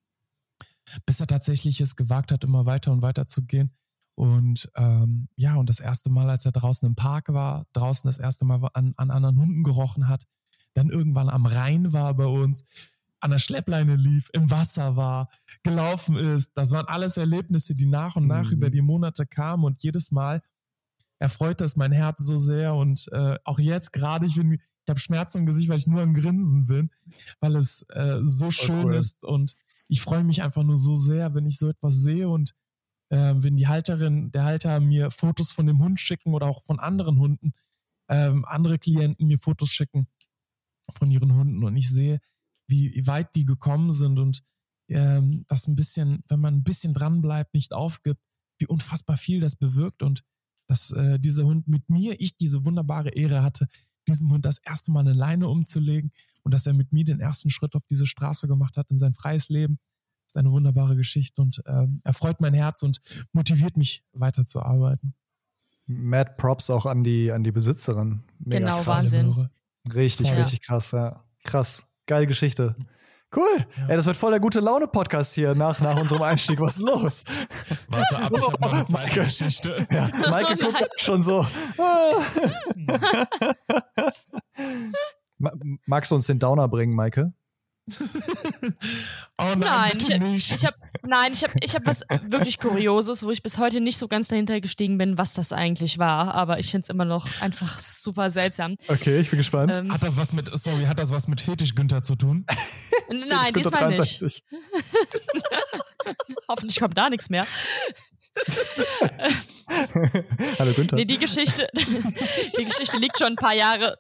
bis er tatsächlich es gewagt hat, immer weiter und weiter zu gehen. Und ähm, ja, und das erste Mal, als er draußen im Park war, draußen das erste Mal an, an anderen Hunden gerochen hat, dann irgendwann am Rhein war bei uns, an der Schleppleine lief, im Wasser war, gelaufen ist. Das waren alles Erlebnisse, die nach und nach mhm. über die Monate kamen und jedes Mal erfreut das mein Herz so sehr und äh, auch jetzt gerade, ich bin, ich habe Schmerzen im Gesicht, weil ich nur am Grinsen bin, weil es äh, so Voll schön cool. ist und ich freue mich einfach nur so sehr, wenn ich so etwas sehe und äh, wenn die Halterin, der Halter mir Fotos von dem Hund schicken oder auch von anderen Hunden, ähm, andere Klienten mir Fotos schicken von ihren Hunden und ich sehe, wie weit die gekommen sind und ähm, das ein bisschen, wenn man ein bisschen dran bleibt, nicht aufgibt, wie unfassbar viel das bewirkt und dass äh, dieser Hund mit mir, ich diese wunderbare Ehre hatte, diesem Hund das erste Mal eine Leine umzulegen und dass er mit mir den ersten Schritt auf diese Straße gemacht hat in sein freies Leben. Das ist eine wunderbare Geschichte und äh, erfreut mein Herz und motiviert mich weiterzuarbeiten. Mad Props auch an die, an die Besitzerin. Mega genau, krass. Wahnsinn. Richtig, ja. richtig krass, ja. Krass, geile Geschichte. Cool. Ja. Ey, das wird voll der gute Laune-Podcast hier nach, nach unserem Einstieg. Was ist los? Warte ab, ich hab noch eine zweite Maike. Geschichte. Ja, Maike Oh guckt schon so. Magst du uns den Downer bringen, Maike? Oh nein, nein, bitte ich, nicht. ich hab, nein, ich habe ich hab was wirklich Kurioses, wo ich bis heute nicht so ganz dahinter gestiegen bin, was das eigentlich war. Aber ich find's immer noch einfach super seltsam. Okay, ich bin gespannt. Ähm, hat das was mit, sorry, hat das was mit Fetisch Günther zu tun? Nein, diesmal nicht. Hoffentlich kommt da nichts mehr. Hallo Günther. Nee, die Geschichte, die Geschichte liegt schon ein paar Jahre.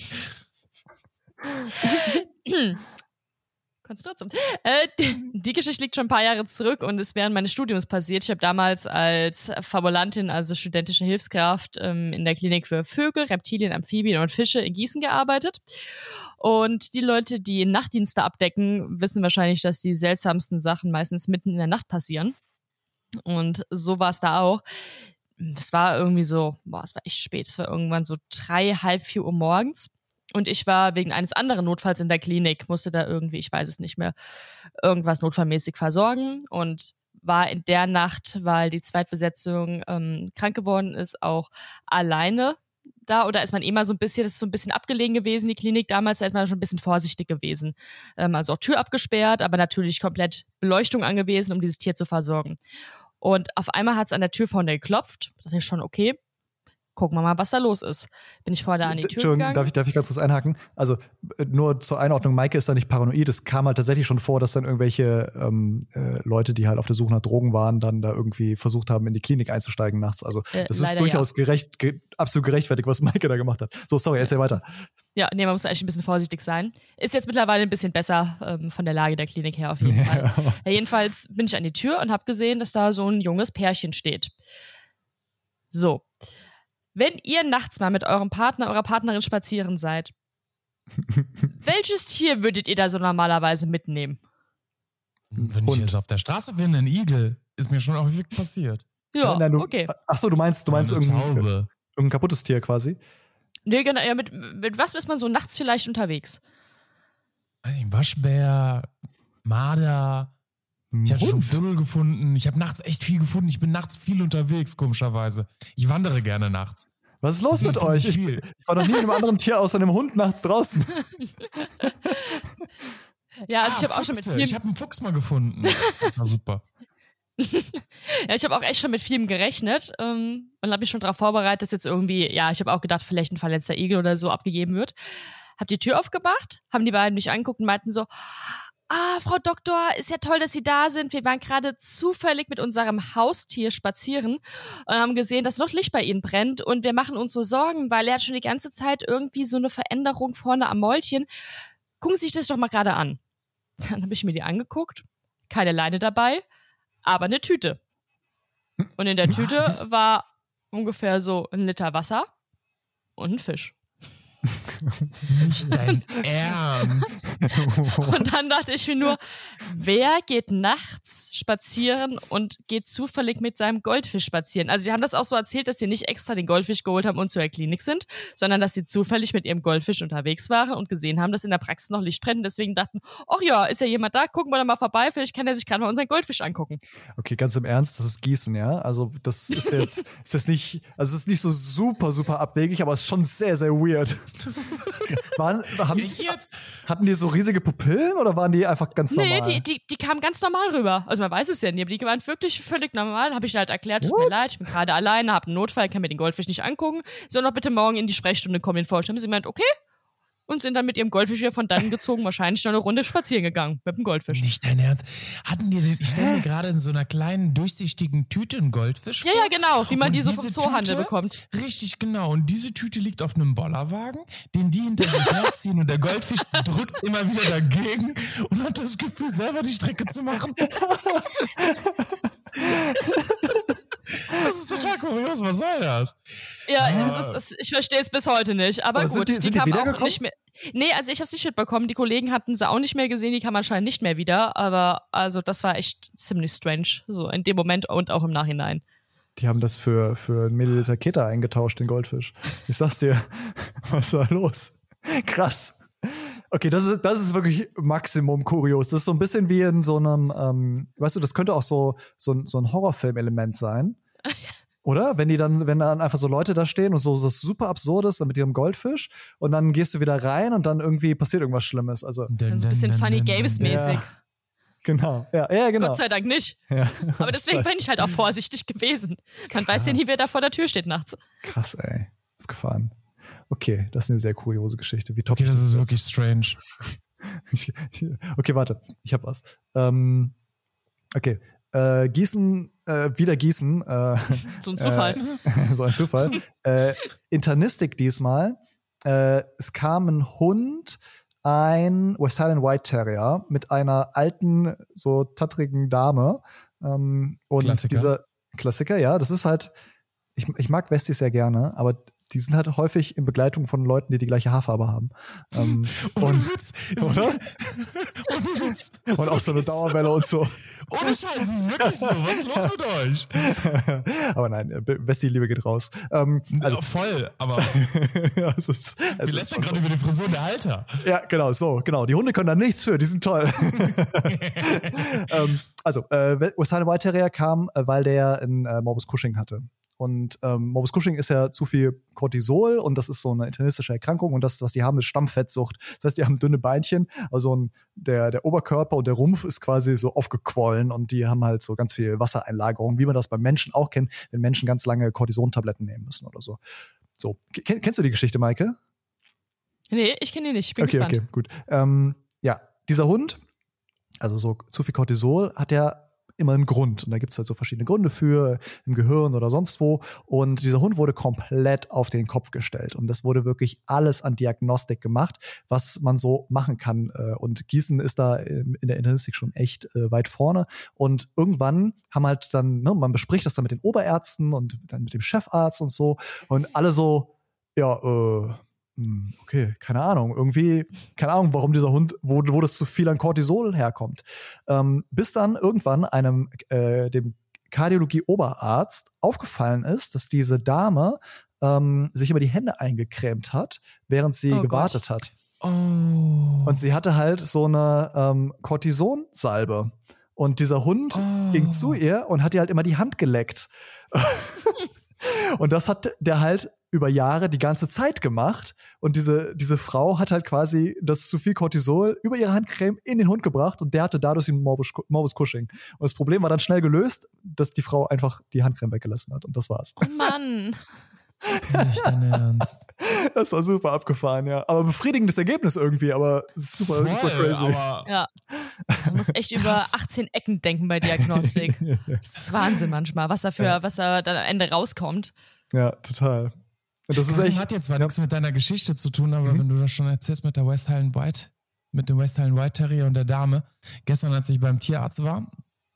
Konzentration. Äh, die, die Geschichte liegt schon ein paar Jahre zurück und ist während meines Studiums passiert. Ich habe damals als Fabulantin, also studentische Hilfskraft, ähm, in der Klinik für Vögel, Reptilien, Amphibien und Fische in Gießen gearbeitet. Und die Leute, die Nachtdienste abdecken, wissen wahrscheinlich, dass die seltsamsten Sachen meistens mitten in der Nacht passieren. Und so war es da auch. Es war irgendwie so, boah, es war echt spät. Es war irgendwann so drei, halb vier Uhr morgens. Und ich war wegen eines anderen Notfalls in der Klinik, musste da irgendwie, ich weiß es nicht mehr, irgendwas notfallmäßig versorgen und war in der Nacht, weil die Zweitbesetzung ähm, krank geworden ist, auch alleine da. Oder ist man immer so ein bisschen, das ist so ein bisschen abgelegen gewesen, die Klinik damals, da ist man schon ein bisschen vorsichtig gewesen. Ähm, also auch Tür abgesperrt, aber natürlich komplett Beleuchtung angewiesen, um dieses Tier zu versorgen. Und auf einmal hat es an der Tür vorne geklopft. Da dachte ich schon, okay, gucken wir mal, was da los ist. Bin ich vorher da an die Tür gegangen. Darf ich, darf ich ganz kurz einhaken? Also nur zur Einordnung, Maike ist da nicht paranoid. Es kam halt tatsächlich schon vor, dass dann irgendwelche ähm, äh, Leute, die halt auf der Suche nach Drogen waren, dann da irgendwie versucht haben, in die Klinik einzusteigen nachts. Also äh, das ist durchaus ja. gerecht, ge- absolut gerechtfertigt, was Maike da gemacht hat. So, sorry, erzähl weiter. Ja, nee, man muss eigentlich ein bisschen vorsichtig sein. Ist jetzt mittlerweile ein bisschen besser ähm, von der Lage der Klinik her auf jeden ja. Fall. Ja, jedenfalls bin ich an die Tür und habe gesehen, dass da so ein junges Pärchen steht. So. Wenn ihr nachts mal mit eurem Partner, eurer Partnerin spazieren seid, welches Tier würdet ihr da so normalerweise mitnehmen? Wenn ich jetzt auf der Straße bin, ein Igel, ist mir schon auch wirklich passiert. Ja, Nein, du, okay. Ach so, du meinst, du meinst irgendein, irgendein kaputtes Tier quasi? Nee, genau, ja, mit, mit was ist man so nachts vielleicht unterwegs? Weiß nicht, Waschbär, Marder. Ich habe schon Vögel gefunden. Ich habe nachts echt viel gefunden. Ich bin nachts viel unterwegs, komischerweise. Ich wandere gerne nachts. Was ist los mit euch? Ich, ich war noch nie mit einem anderen Tier außer einem Hund nachts draußen. Ja, also ah, ich habe auch schon mit vielem... Ich habe einen Fuchs mal gefunden. Das war super. Ja, ich habe auch echt schon mit vielem gerechnet ähm, und habe mich schon darauf vorbereitet, dass jetzt irgendwie, ja, ich habe auch gedacht, vielleicht ein verletzter Igel oder so abgegeben wird. Hab die Tür aufgemacht, haben die beiden mich angeguckt und meinten so, ah, Frau Doktor, ist ja toll, dass Sie da sind. Wir waren gerade zufällig mit unserem Haustier spazieren und haben gesehen, dass noch Licht bei Ihnen brennt und wir machen uns so Sorgen, weil er hat schon die ganze Zeit irgendwie so eine Veränderung vorne am Mäulchen. Gucken Sie sich das doch mal gerade an. Dann habe ich mir die angeguckt, keine Leine dabei, aber eine Tüte. Und in der Was? Tüte war ungefähr so ein Liter Wasser und ein Fisch. Nicht dein Ernst. Und dann dachte ich mir nur, wer geht nachts spazieren und geht zufällig mit seinem Goldfisch spazieren? Also sie haben das auch so erzählt, dass sie nicht extra den Goldfisch geholt haben und zur Klinik sind, sondern dass sie zufällig mit ihrem Goldfisch unterwegs waren und gesehen haben, dass in der Praxis noch Licht brennt. Deswegen dachten, ach ja, ist ja jemand da, gucken wir da mal vorbei, vielleicht kann er sich gerade mal unseren Goldfisch angucken. Okay, ganz im Ernst, das ist Gießen, ja? Also das ist jetzt, ist jetzt nicht, also es ist nicht so super, super abwegig, aber es ist schon sehr, sehr weird. Waren, haben, hatten die so riesige Pupillen oder waren die einfach ganz normal? Nee, die, die, die kamen ganz normal rüber. Also man weiß es ja nie, aber die waren wirklich völlig normal. Habe ich halt erklärt, tut mir leid, ich bin gerade alleine, habe einen Notfall, kann mir den Goldfisch nicht angucken, soll noch bitte morgen in die Sprechstunde kommen, den vorstellen. Haben sie gemeint, okay, und sind dann mit ihrem Goldfisch wieder von dannen gezogen, wahrscheinlich noch eine Runde spazieren gegangen mit dem Goldfisch. Nicht dein Ernst. Hatten die denn, ich stelle mir gerade in so einer kleinen, durchsichtigen Tüte einen Goldfisch Ja, vor. ja, genau, wie man Und die so vom diese Zoohandel Tüte, bekommt. Richtig, genau. Und diese Tüte liegt auf einem Bollerwagen, den die hinter sich herziehen und der Goldfisch drückt immer wieder dagegen und hat das Gefühl, selber die Strecke zu machen. Das ist total kurios, was soll das? Ja, Ah. das ist, das, ich verstehe es bis heute nicht, aber, Aber gut, sind die- die, sind die kamen auch wiedergekommen? nicht mehr. Nee, also ich habe es nicht mitbekommen, die Kollegen hatten sie auch nicht mehr gesehen, die kamen anscheinend nicht mehr wieder, aber also das war echt ziemlich strange, so in dem Moment und auch im Nachhinein. Die haben das für, für einen Milliliter Keta eingetauscht, den Goldfisch. Ich sag's dir, was war los? Krass. Okay, das ist, das ist wirklich Maximum kurios. Das ist so ein bisschen wie in so einem, ähm, weißt du, das könnte auch so, so, ein- so ein Horrorfilm-Element sein. Oder? Wenn die dann, wenn dann einfach so Leute da stehen und so, so super Absurdes mit ihrem Goldfisch und dann gehst du wieder rein und dann irgendwie passiert irgendwas Schlimmes. Also, Dann so ein bisschen Funny Games mäßig. ja, genau. Ja, ja, genau. Gott sei Dank nicht. Ja. Aber deswegen bin ich halt auch vorsichtig gewesen. Man weiß ja nie, wer da vor der Tür steht nachts. Krass, ey. Aufgefahren. Okay, das ist eine sehr kuriose Geschichte. Wie top Okay, das ist jetzt? wirklich strange. Ich- ich- okay, warte, ich hab was. Ähm, okay, äh, Gießen, äh, wieder Gießen. Äh, So ein Zufall. Äh, so ein Zufall. äh, Internistik diesmal. Äh, es kam ein Hund, ein West Highland White Terrier mit einer alten, so tattrigen Dame. Ähm, und Klassiker. dieser Klassiker, ja, das ist halt, ich, ich mag Westies sehr gerne, aber die sind halt häufig in Begleitung von Leuten, die die gleiche Haarfarbe haben. Ähm, Ohne und, Witz. oder? Ohne Witz. Und auch so eine Dauerwelle und so. Ohne Scheiß, es ist wirklich so. Was ist los mit euch? Aber nein, Westie-Liebe geht raus. Ähm, Also also, voll, aber ja, es ist, es wir ist lästern schon gerade so. über die Frisur der Alter. Ja, genau, so, genau. Die Hunde können da nichts für, die sind toll. ähm, also, äh, West Highland White Terrier kam, äh, weil der ein äh, Morbus Cushing hatte. Und ähm, Morbus Cushing ist ja zu viel Cortisol und das ist so eine internistische Erkrankung und das, was die haben, ist Stammfettsucht. Das heißt, die haben dünne Beinchen, also ein, der, der Oberkörper und der Rumpf ist quasi so aufgequollen und die haben halt so ganz viel Wassereinlagerung, wie man das beim Menschen auch kennt, wenn Menschen ganz lange Cortisontabletten nehmen müssen oder so. So, Ken- kennst du die Geschichte, Maike? Nee, ich kenne ihn nicht. Ich bin Okay, gespannt. okay, gut. Ähm, ja, dieser Hund, also so zu viel Cortisol, hat ja immer einen Grund. Und da gibt's halt so verschiedene Gründe für, im Gehirn oder sonst wo. Und dieser Hund wurde komplett auf den Kopf gestellt. Und das wurde wirklich alles an Diagnostik gemacht, was man so machen kann. Äh, Und Gießen ist da in der Internistik schon echt äh, weit vorne. Und irgendwann haben halt dann, ne, man bespricht das dann mit den Oberärzten und dann mit dem Chefarzt und so. Und alle so, ja, äh, hm, okay, keine Ahnung. Irgendwie, keine Ahnung, warum dieser Hund, wo, wo das zu viel an Cortisol herkommt. Ähm, bis dann irgendwann einem, äh, dem Kardiologie-Oberarzt aufgefallen ist, dass diese Dame ähm, sich immer die Hände eingecremt hat, während sie Oh gewartet Gott. hat. Oh. Und sie hatte halt so eine ähm, Cortisonsalbe. Und dieser Hund Oh. ging zu ihr und hat ihr halt immer die Hand geleckt. Und das hat der halt über Jahre die ganze Zeit gemacht. Und diese, diese Frau hat halt quasi das zu viel Cortisol über ihre Handcreme in den Hund gebracht und der hatte dadurch einen Morbus, Morbus Cushing. Und das Problem war dann schnell gelöst, dass die Frau einfach die Handcreme weggelassen hat. Und das war's. Oh Mann. Nicht dein Ernst. Das war super abgefahren, ja. Aber befriedigendes Ergebnis irgendwie, aber es ist super, super Voll, crazy. aber Ja. Man muss echt über achtzehn Ecken denken bei Diagnostik. Das ist Wahnsinn manchmal, was da für, Ja. was da dann am Ende rauskommt. Ja, total. Und das ist Karim echt. hat jetzt zwar nichts mit deiner Geschichte zu tun, aber wenn du das schon erzählst mit der West Highland White, mit dem West Highland White Terrier und der Dame, gestern, als ich beim Tierarzt war,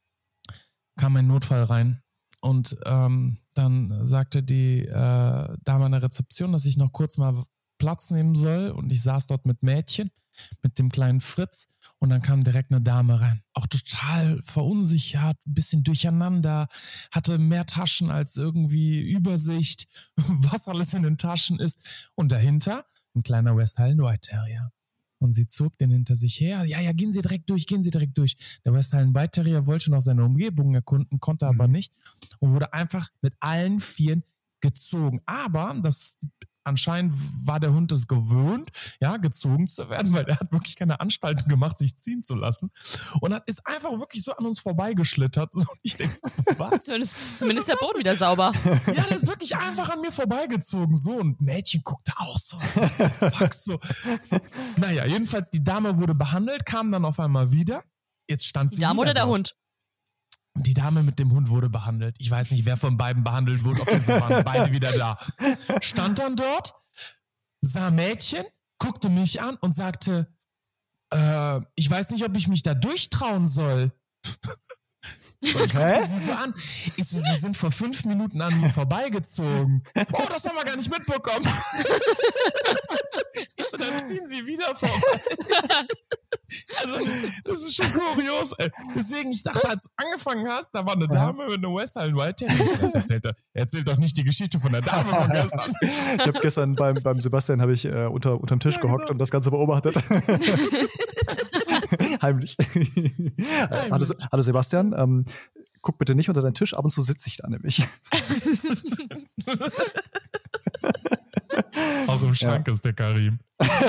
kam ein Notfall rein und ähm, dann sagte die äh, Dame an der Rezeption, dass ich noch kurz mal Platz nehmen soll und ich saß dort mit Mädchen, mit dem kleinen Fritz und dann kam direkt eine Dame rein. Auch total verunsichert, ein bisschen durcheinander, hatte mehr Taschen als irgendwie Übersicht, was alles in den Taschen ist. Und dahinter ein kleiner West Highland White Terrier. Und sie zog den hinter sich her. Ja, ja, gehen Sie direkt durch, gehen Sie direkt durch. Der West Highland White Terrier wollte noch seine Umgebung erkunden, konnte aber Mhm. nicht und wurde einfach mit allen Vieren gezogen. Aber das Anscheinend war der Hund es gewöhnt, ja, gezogen zu werden, weil er hat wirklich keine Anstalten gemacht, sich ziehen zu lassen. Und hat, ist einfach wirklich so an uns vorbeigeschlittert. So, und ich denke, was? Zumindest ist der Boden wieder sauber. Ja, der ist wirklich einfach an mir vorbeigezogen. So, und Mädchen guckte auch so. Fuck, so. Naja, jedenfalls, die Dame wurde behandelt, kam dann auf einmal wieder. Jetzt stand sie Die Dame wieder oder der dort. Hund? Die Dame mit dem Hund wurde behandelt. Ich weiß nicht, wer von beiden behandelt wurde. Auf jeden Fall waren beide wieder da. Stand dann dort, sah Mädchen, guckte mich an und sagte, äh, ich weiß nicht, ob ich mich da durchtrauen soll. Und ich guckte sie so an. Ich so, sie sind vor fünf Minuten an mir vorbeigezogen. Oh, das haben wir gar nicht mitbekommen. Ich so, dann ziehen sie wieder vorbei. Also, das ist schon kurios, ey. Deswegen, ich dachte, als du angefangen hast, da war eine Dame mit einem West Island White Terrier. Das erzählt er. Er erzählt doch nicht die Geschichte von der Dame von gestern. Ich habe gestern beim, beim Sebastian habe ich äh, unter unterm Tisch ja, gehockt genau. und das Ganze beobachtet. Heimlich. Heimlich. Hallo, hallo Sebastian, ähm, guck bitte nicht unter deinen Tisch, ab und zu sitze ich da nämlich. Auch im Schrank ja. ist der Karim.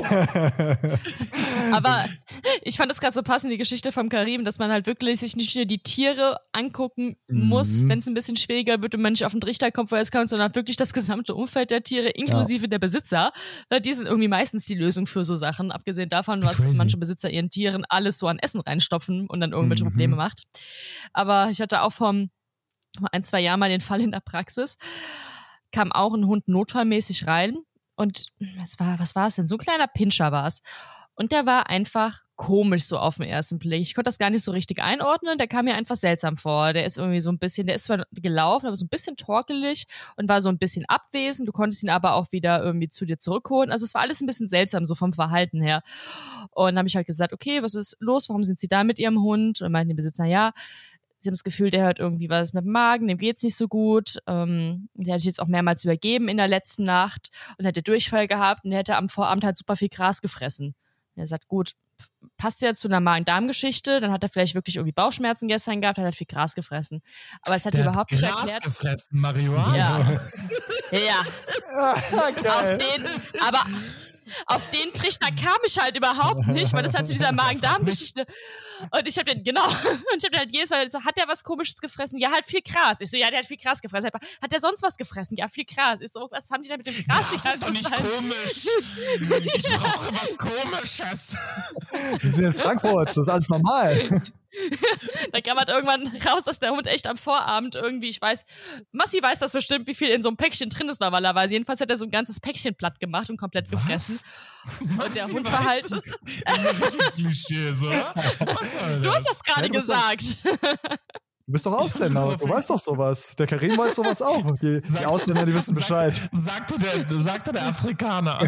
Aber ich fand es gerade so passend, die Geschichte vom Karim, dass man halt wirklich sich nicht nur die Tiere angucken muss, mhm. wenn es ein bisschen schwieriger wird und man nicht auf den Trichter kommt, woher es kommt, sondern wirklich das gesamte Umfeld der Tiere, inklusive ja. der Besitzer. Weil die sind irgendwie meistens die Lösung für so Sachen, abgesehen davon, was Crazy. manche Besitzer ihren Tieren alles so an Essen reinstopfen und dann irgendwelche mhm. Probleme macht. Aber ich hatte auch vor ein, zwei Jahren mal den Fall in der Praxis, kam auch ein Hund notfallmäßig rein und was war, was war es denn? So ein kleiner Pinscher war es. Und der war einfach komisch so auf den ersten Blick. Ich konnte das gar nicht so richtig einordnen. Der kam mir einfach seltsam vor. Der ist irgendwie so ein bisschen, der ist zwar gelaufen, aber so ein bisschen torkelig und war so ein bisschen abwesend. Du konntest ihn aber auch wieder irgendwie zu dir zurückholen. Also es war alles ein bisschen seltsam, so vom Verhalten her. Und dann habe ich halt gesagt, okay, was ist los? Warum sind Sie da mit Ihrem Hund? Und meinten die Besitzer, ja, Sie haben das Gefühl, der hört irgendwie was mit dem Magen, dem geht's nicht so gut. Ähm, der hat sich jetzt auch mehrmals übergeben in der letzten Nacht und hätte Durchfall gehabt und der hätte am Vorabend halt super viel Gras gefressen. Er sagt, gut, passt ja zu einer Magen-Darm-Geschichte, dann hat er vielleicht wirklich irgendwie Bauchschmerzen gestern gehabt, hat halt viel Gras gefressen. Aber es hat der überhaupt hat nicht Gras erklärt. gefressen, Marihuana. Ja. Ja. Auf den, aber auf den Trichter kam ich halt überhaupt nicht, weil das halt zu dieser Magen-Darm-Geschichte. Und ich habe den, genau, und ich habe den halt jedes Mal so, hat der was Komisches gefressen? Ja, halt viel Gras. Ich so, ja, der hat viel Gras gefressen. Hat der sonst was gefressen? Ja, viel Gras. Ich so, was haben die denn mit dem Gras? Das ist doch nicht komisch. Ich brauche was Komisches. Wir sind in Frankfurt, das ist alles normal. Da kam halt irgendwann raus, dass der Hund echt am Vorabend irgendwie, ich weiß, Massi weiß das bestimmt, wie viel in so einem Päckchen drin ist normalerweise. Jedenfalls hat er so ein ganzes Päckchen platt gemacht und komplett Was? gefressen. Massi und der Hund war halt... Das ist ein Klischees, oder? Was soll das? Du hast das gerade ja, gesagt. Du bist doch Ausländer, du weißt doch sowas. Der Karim weiß sowas auch. Die, die Ausländer, die wissen Bescheid. Sag, sagte, der, sagte der Afrikaner.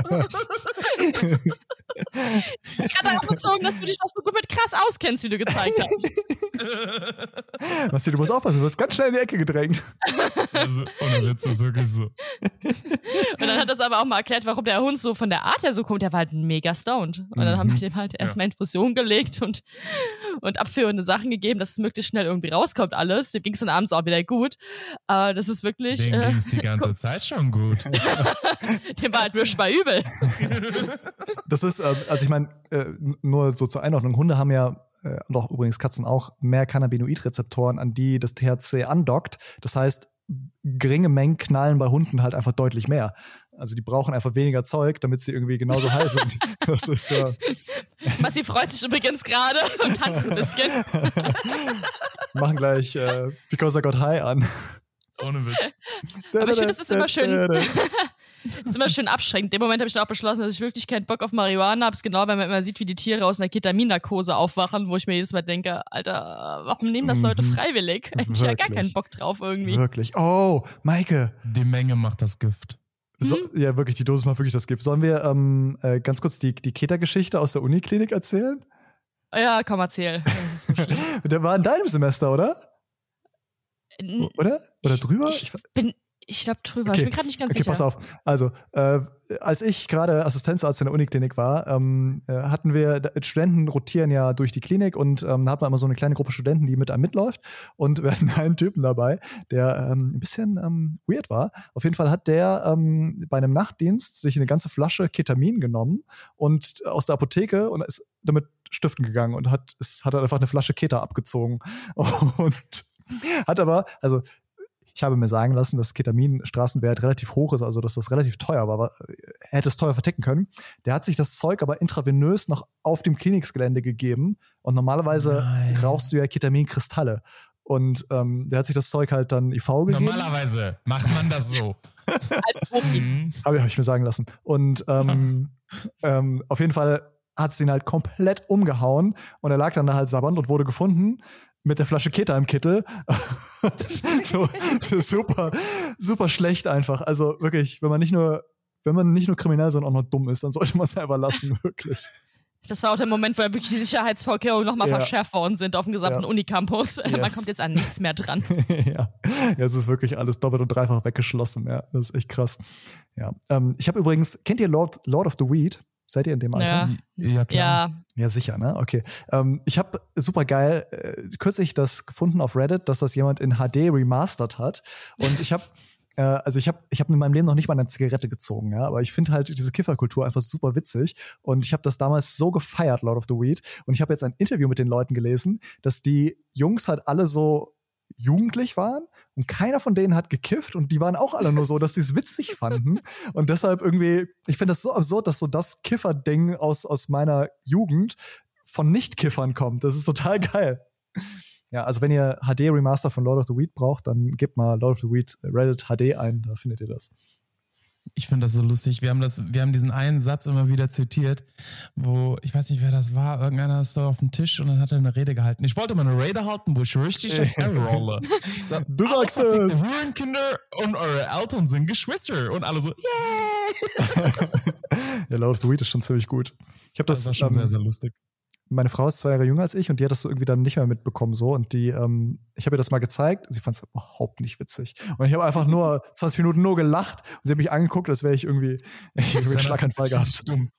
Ich habe gerade auch bezogen, dass du dich doch so gut mit Gras auskennst, wie du gezeigt hast. Basti, du musst aufpassen, du wirst ganz schnell in die Ecke gedrängt. Also, ohne Witz, das ist wirklich so. Und dann hat das aber auch mal erklärt, warum der Hund so von der Art her so kommt. Der war halt mega stoned. Und dann mhm. haben wir dem halt erstmal ja. Infusion gelegt und, und abführende Sachen gegeben, dass es möglichst schnell irgendwie rauskommt alles. Dem ging es dann abends auch wieder gut. Aber das ist wirklich... Dem äh, ging es die ganze Zeit schon gut. Dem war halt wischbar übel. Das ist, äh, also ich meine, äh, nur so zur Einordnung, Hunde haben ja, äh, und auch übrigens Katzen auch, mehr Cannabinoidrezeptoren, an die das T H C andockt. Das heißt, geringe Mengen knallen bei Hunden halt einfach deutlich mehr. Also die brauchen einfach weniger Zeug, damit sie irgendwie genauso high sind. Das ist ja... Massi freut sich übrigens gerade und tanzt ein bisschen. Machen gleich äh, Because I Got High an. Ohne Witz. Aber ich finde, das ist immer schön... Das ist immer schön abschreckend. In dem Moment habe ich dann auch beschlossen, dass ich wirklich keinen Bock auf Marihuana habe. Es genau, wenn man immer sieht, wie die Tiere aus einer Ketamin-Narkose aufwachen, wo ich mir jedes Mal denke, Alter, warum nehmen das Leute freiwillig? Hätte ich ja gar keinen Bock drauf irgendwie. Wirklich. Oh, Maike. Die Menge macht das Gift. So, hm? Ja, wirklich, die Dosis macht wirklich das Gift. Sollen wir ähm, äh, ganz kurz die, die Keta-Geschichte aus der Uniklinik erzählen? Ja, komm, erzähl. Das ist so schlimm. Der war in deinem Semester, oder? N- oder? Oder ich, drüber? Ich bin... Ich glaube drüber, okay. ich bin gerade nicht ganz okay, sicher. Okay, pass auf. Also, äh, als ich gerade Assistenzarzt in der Uniklinik war, ähm, äh, hatten wir, Studenten rotieren ja durch die Klinik und ähm, da hat man immer so eine kleine Gruppe Studenten, die mit einem mitläuft und wir hatten einen Typen dabei, der ähm, ein bisschen ähm, weird war. Auf jeden Fall hat der ähm, bei einem Nachtdienst sich eine ganze Flasche Ketamin genommen und aus der Apotheke und ist damit stiften gegangen und hat, es hat einfach eine Flasche Keta abgezogen und hat aber, also ich habe mir sagen lassen, dass Ketamin-Straßenwert relativ hoch ist, also dass das relativ teuer war, aber er hätte es teuer verticken können. Der hat sich das Zeug aber intravenös noch auf dem Kliniksgelände gegeben und normalerweise Nein. rauchst du ja Ketaminkristalle. Und ähm, der hat sich das Zeug halt dann I V gegeben. Normalerweise macht man das so. Habe hab ich mir sagen lassen. Und ähm, ähm, auf jeden Fall hat es ihn halt komplett umgehauen und er lag dann da halt sabbernd und wurde gefunden mit der Flasche Keta im Kittel. so, so super, super schlecht einfach. Also wirklich, wenn man nicht nur, wenn man nicht nur kriminell, sondern auch noch dumm ist, dann sollte man es einfach lassen, wirklich. Das war auch der Moment, wo wirklich die Sicherheitsvorkehrungen nochmal ja. verschärft worden sind auf dem gesamten ja. Unicampus. Yes. Man kommt jetzt an nichts mehr dran. ja. ja, es ist wirklich alles doppelt und dreifach weggeschlossen. Ja, das ist echt krass. Ja, ähm, ich habe übrigens, kennt ihr Lord, Lord of the Weed? Seid ihr in dem Alter? Ja, ja klar. Ja, ja sicher, ne? Okay. Ähm, ich habe super geil äh, kürzlich das gefunden auf Reddit, dass das jemand in H D remastered hat. Und ich habe äh, also ich habe ich habe in meinem Leben noch nicht mal eine Zigarette gezogen, ja, aber ich finde halt diese Kifferkultur einfach super witzig und ich habe das damals so gefeiert, Lord of the Weed, und ich habe jetzt ein Interview mit den Leuten gelesen, dass die Jungs halt alle so jugendlich waren und keiner von denen hat gekifft und die waren auch alle nur so, dass sie es witzig fanden und deshalb irgendwie, ich finde das so absurd, dass so das Kiffer-Ding aus, aus meiner Jugend von Nicht-Kiffern kommt. Das ist total geil. Ja, also wenn ihr H D-Remaster von Lord of the Weed braucht, dann gebt mal Lord of the Weed Reddit H D ein, da findet ihr das. Ich finde das so lustig. Wir haben das, wir haben diesen einen Satz immer wieder zitiert, wo, ich weiß nicht, wer das war, irgendeiner ist da auf dem Tisch und dann hat er eine Rede gehalten. Ich wollte mal eine Rede halten, wo ich richtig das R rolle. So, du sagst es! Hurenkinder und eure Eltern sind Geschwister. Und alle so, yeah! Ja, Lord of the Weed ist schon ziemlich gut. Ich habe das, das war schon ähm, sehr, sehr lustig. Meine Frau ist zwei Jahre jünger als ich und die hat das so irgendwie dann nicht mehr mitbekommen so und die, ähm, ich habe ihr das mal gezeigt, sie fand es überhaupt nicht witzig und ich habe einfach nur zwanzig Minuten nur gelacht und sie hat mich angeguckt, als wäre ich irgendwie, ich irgendwie einen Schlaganfall gehabt. Dumm.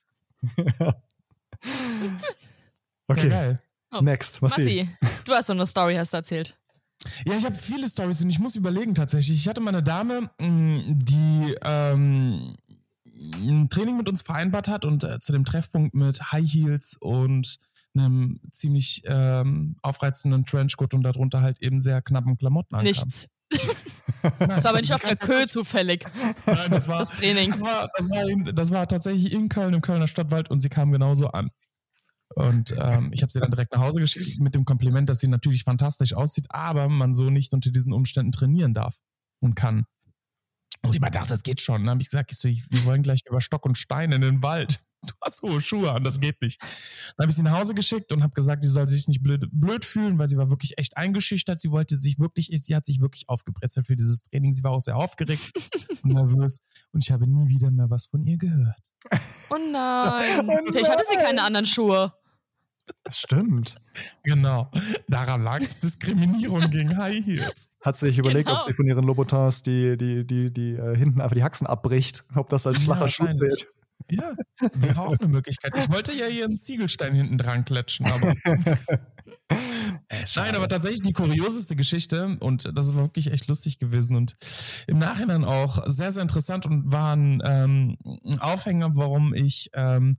Okay, ja, geil. Oh. Next, Massi. Massi, du hast so eine Story, hast du erzählt. Ja, ich habe viele Storys und ich muss überlegen tatsächlich. Ich hatte mal eine Dame, die ähm, ein Training mit uns vereinbart hat und äh, zu dem Treffpunkt mit High Heels und einem ziemlich ähm, aufreizenden Trenchcoat und darunter halt eben sehr knappen Klamotten ankam. Nichts. Das war aber nicht auf der Kö zufällig. Nein, das war, das Training. Das war, das, war in, das war tatsächlich in Köln, im Kölner Stadtwald und sie kam genauso an. Und ähm, ich habe sie dann direkt nach Hause geschickt mit dem Kompliment, dass sie natürlich fantastisch aussieht, aber man so nicht unter diesen Umständen trainieren darf und kann. Und sie dachte, das geht schon. Dann habe ich gesagt, wir wollen gleich über Stock und Stein in den Wald. Du hast hohe Schuhe an, das geht nicht. Dann habe ich sie nach Hause geschickt und habe gesagt, sie soll sich nicht blöd, blöd fühlen, weil sie war wirklich echt eingeschüchtert. Sie wollte sich wirklich, sie hat sich wirklich aufgebrezelt für dieses Training. Sie war auch sehr aufgeregt und nervös und ich habe nie wieder mehr was von ihr gehört. Oh nein. Oh Vielleicht hatte sie keine anderen Schuhe. Das stimmt. Genau. Daran lag es, Diskriminierung gegen High Heels. Hat sich überlegt, Genau. ob sie von ihren Lobotins die, die, die, die äh, hinten einfach die Haxen abbricht, ob das als flacher Ja, Schuh zählt. Ja, wäre auch eine Möglichkeit. Ich wollte ja hier einen Ziegelstein hinten dran klatschen, aber. Nein, aber tatsächlich die kurioseste Geschichte und das ist wirklich echt lustig gewesen und im Nachhinein auch sehr, sehr interessant und war ein, ähm, ein Aufhänger, warum ich ähm,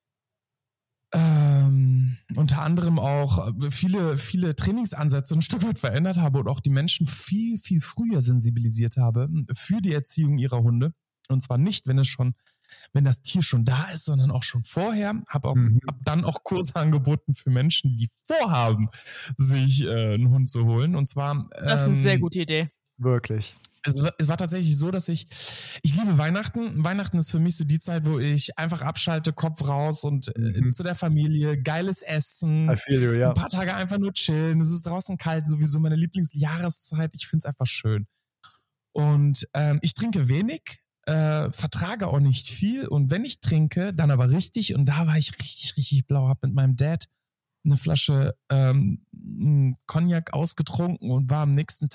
ähm, unter anderem auch viele, viele Trainingsansätze ein Stück weit verändert habe und auch die Menschen viel, viel früher sensibilisiert habe für die Erziehung ihrer Hunde. Und zwar nicht, wenn es schon, wenn das Tier schon da ist, sondern auch schon vorher. Habe auch Mhm. hab dann auch Kurse angeboten für Menschen, die vorhaben, sich äh, einen Hund zu holen. Und zwar ähm, Das ist eine sehr gute Idee. Wirklich. Es war, es war tatsächlich so, dass ich, ich liebe Weihnachten. Weihnachten ist für mich so die Zeit, wo ich einfach abschalte, Kopf raus und Mhm. äh, zu der Familie, geiles Essen, I feel you, ja. ein paar Tage einfach nur chillen. Es ist draußen kalt, sowieso meine Lieblingsjahreszeit. Ich finde es einfach schön. Und ähm, ich trinke wenig, äh, vertrage auch nicht viel. Und wenn ich trinke, dann aber richtig. Und da war ich richtig, richtig blau. Hab mit meinem Dad eine Flasche ähm, Cognac ausgetrunken und war am nächsten Tag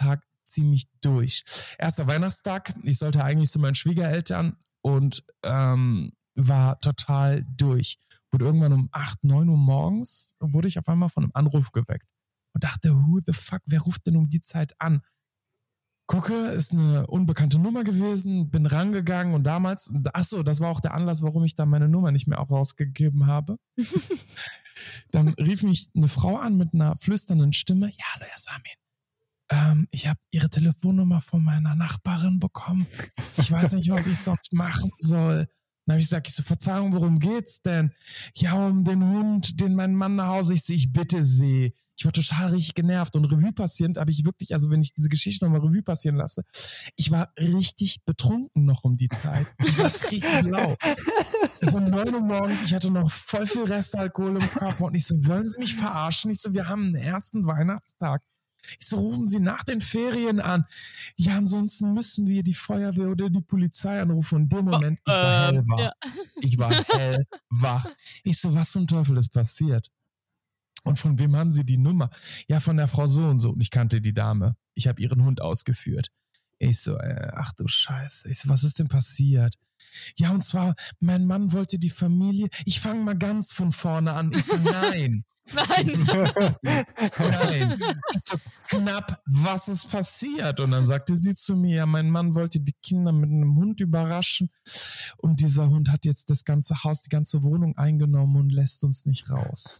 ziemlich durch. Erster Weihnachtstag, ich sollte eigentlich zu meinen Schwiegereltern und ähm, war total durch. Wurde irgendwann um acht, neun Uhr morgens, wurde ich auf einmal von einem Anruf geweckt und dachte, who the fuck, wer ruft denn um die Zeit an? Gucke, ist eine unbekannte Nummer gewesen, bin rangegangen und damals, achso, das war auch der Anlass, warum ich dann meine Nummer nicht mehr auch rausgegeben habe. Dann rief mich eine Frau an mit einer flüsternden Stimme. Ja, hallo Herr Samin, ähm, ich habe Ihre Telefonnummer von meiner Nachbarin bekommen. Ich weiß nicht, was ich sonst machen soll. Dann habe ich gesagt, ich so, Verzeihung, worum geht's denn? Ja, um den Hund, den mein Mann nach Hause, ich so, ich bitte Sie. Ich war total richtig genervt und Revue passierend, aber ich wirklich, also wenn ich diese Geschichte nochmal Revue passieren lasse, ich war richtig betrunken noch um die Zeit. Ich war richtig laut. Es war neun Uhr morgens, ich hatte noch voll viel Restalkohol im Körper und ich so, wollen Sie mich verarschen? Ich so, wir haben den ersten Weihnachtstag. Ich so, rufen Sie nach den Ferien an. Ja, ansonsten müssen wir die Feuerwehr oder die Polizei anrufen. Und in dem Moment, ich war ähm, hellwach. ja. Ich war hellwach. Ich so, was zum Teufel ist passiert? Und von wem haben Sie die Nummer? Ja, von der Frau so und so. Und ich kannte die Dame. Ich habe ihren Hund ausgeführt. Ich so, äh, ach du Scheiße. Ich so, was ist denn passiert? Ja, und zwar, mein Mann wollte die Familie. Ich fange mal ganz von vorne an. Ich so, nein. Nein. Ich so, nein. Ich so, knapp, was ist passiert? Und dann sagte sie zu mir, ja, mein Mann wollte die Kinder mit einem Hund überraschen. Und dieser Hund hat jetzt das ganze Haus, die ganze Wohnung eingenommen und lässt uns nicht raus.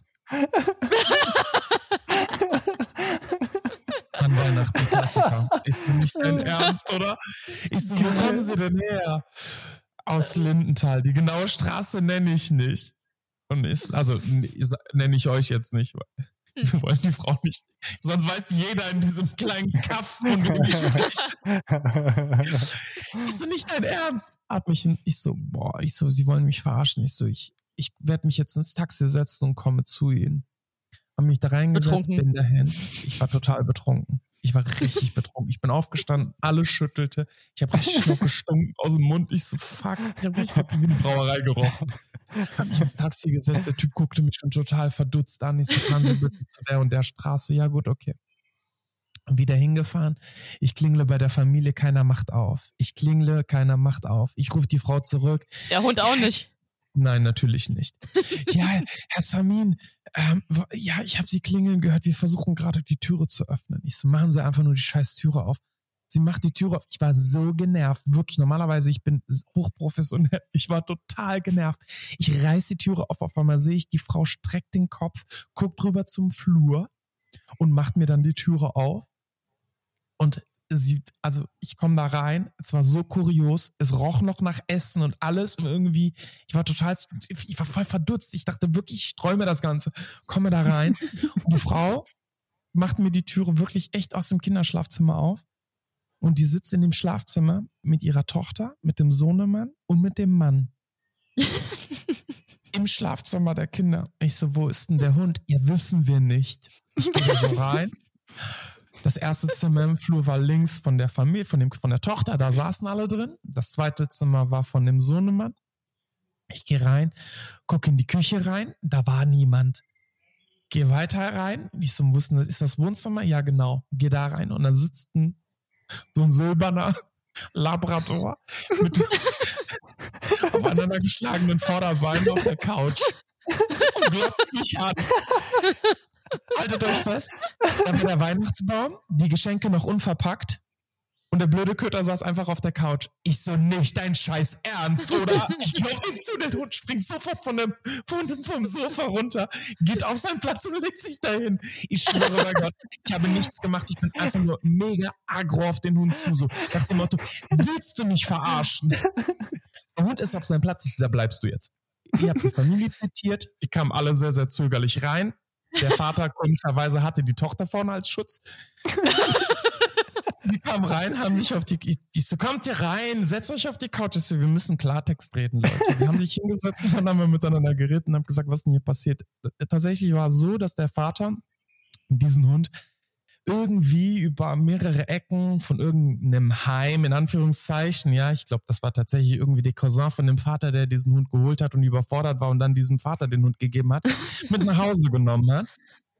An Weihnachten, Klassiker. Ist nicht dein Ernst, oder? Ich so, wo kommen Sie denn her? Aus Lindenthal. Die genaue Straße nenne ich nicht. Und ich, also nenne ich euch jetzt nicht, weil wir wollen die Frau nicht. Sonst weiß jeder in diesem kleinen Kaff, von wem ich spreche. Ich so, nicht dein Ernst. Hab mich, ich so, boah, ich so, sie wollen mich verarschen. Ich so, ich Ich werde mich jetzt ins Taxi setzen und komme zu ihnen. Habe mich da reingesetzt, Betrunken. bin dahin. Ich war total betrunken. Ich war richtig betrunken. Ich bin aufgestanden, alles schüttelte. Ich habe richtig noch gestunken aus dem Mund. Ich so, fuck, ich habe richtig wie in die Brauerei gerochen. Habe mich ins Taxi gesetzt. Der Typ guckte mich schon total verdutzt an. Ich so, fahren Sie bitte zu der und der Straße. Ja gut, okay. Wieder hingefahren. Ich klingle bei der Familie, keiner macht auf. Ich klingle, keiner macht auf. Ich rufe die Frau zurück. Der Hund auch nicht. Nein, natürlich nicht. Ja, Herr Samin, ähm, ja, ich habe Sie klingeln gehört. Wir versuchen gerade die Türe zu öffnen. Ich so, machen Sie einfach nur die scheiß Türe auf. Sie macht die Türe auf. Ich war so genervt. Wirklich, normalerweise, ich bin hochprofessionell. Ich war total genervt. Ich reiß die Türe auf. Auf einmal sehe ich, die Frau streckt den Kopf, guckt rüber zum Flur und macht mir dann die Türe auf. Und sie, also ich komme da rein, es war so kurios, es roch noch nach Essen und alles und irgendwie, ich war total, ich war voll verdutzt, ich dachte wirklich, ich träume das Ganze, komme da rein und die Frau macht mir die Türe wirklich echt aus dem Kinderschlafzimmer auf und die sitzt in dem Schlafzimmer mit ihrer Tochter, mit dem Sohnemann und mit dem Mann. Im Schlafzimmer der Kinder. Ich so, wo ist denn der Hund? Ja, wissen wir nicht. Ich gehe da so rein. Das erste Zimmer im Flur war links von der Familie, von, dem, von der Tochter, da saßen alle drin. Das zweite Zimmer war von dem Sohnemann. Ich gehe rein, gucke in die Küche rein, da war niemand. Gehe weiter rein, ich so, wusste, ist das Wohnzimmer? Ja, genau. Gehe da rein und da sitzt ein, so ein silberner Labrador mit aufeinander geschlagenen Vorderbeinen auf der Couch und glotzt mich an. Haltet euch fest, da war der Weihnachtsbaum, die Geschenke noch unverpackt und der blöde Köter saß einfach auf der Couch. Ich so, nicht dein Scheiß Ernst, oder? Ich lauf ihm zu, der Hund springt sofort von dem, von dem, vom Sofa runter, geht auf seinen Platz und legt sich dahin. Ich schwöre bei Gott, ich habe nichts gemacht, ich bin einfach nur mega aggro auf den Hund zu, so nach dem Motto, willst du mich verarschen? Der Hund ist auf seinem Platz, ich so, da bleibst du jetzt. Ihr habt die Familie zitiert, die kamen alle sehr, sehr zögerlich rein. Der Vater komischerweise hatte die Tochter vorne als Schutz. Die kamen rein, haben sich auf die, ich so, kommt ihr rein, setzt euch auf die Couch. Ich so, wir müssen Klartext reden, Leute. Die haben sich hingesetzt und dann haben wir miteinander geredet und haben gesagt, was denn hier passiert. Tatsächlich war es so, dass der Vater diesen Hund irgendwie über mehrere Ecken von irgendeinem Heim, in Anführungszeichen, ja, ich glaube, das war tatsächlich irgendwie der Cousin von dem Vater, der diesen Hund geholt hat und überfordert war und dann diesem Vater den Hund gegeben hat, mit nach Hause genommen hat.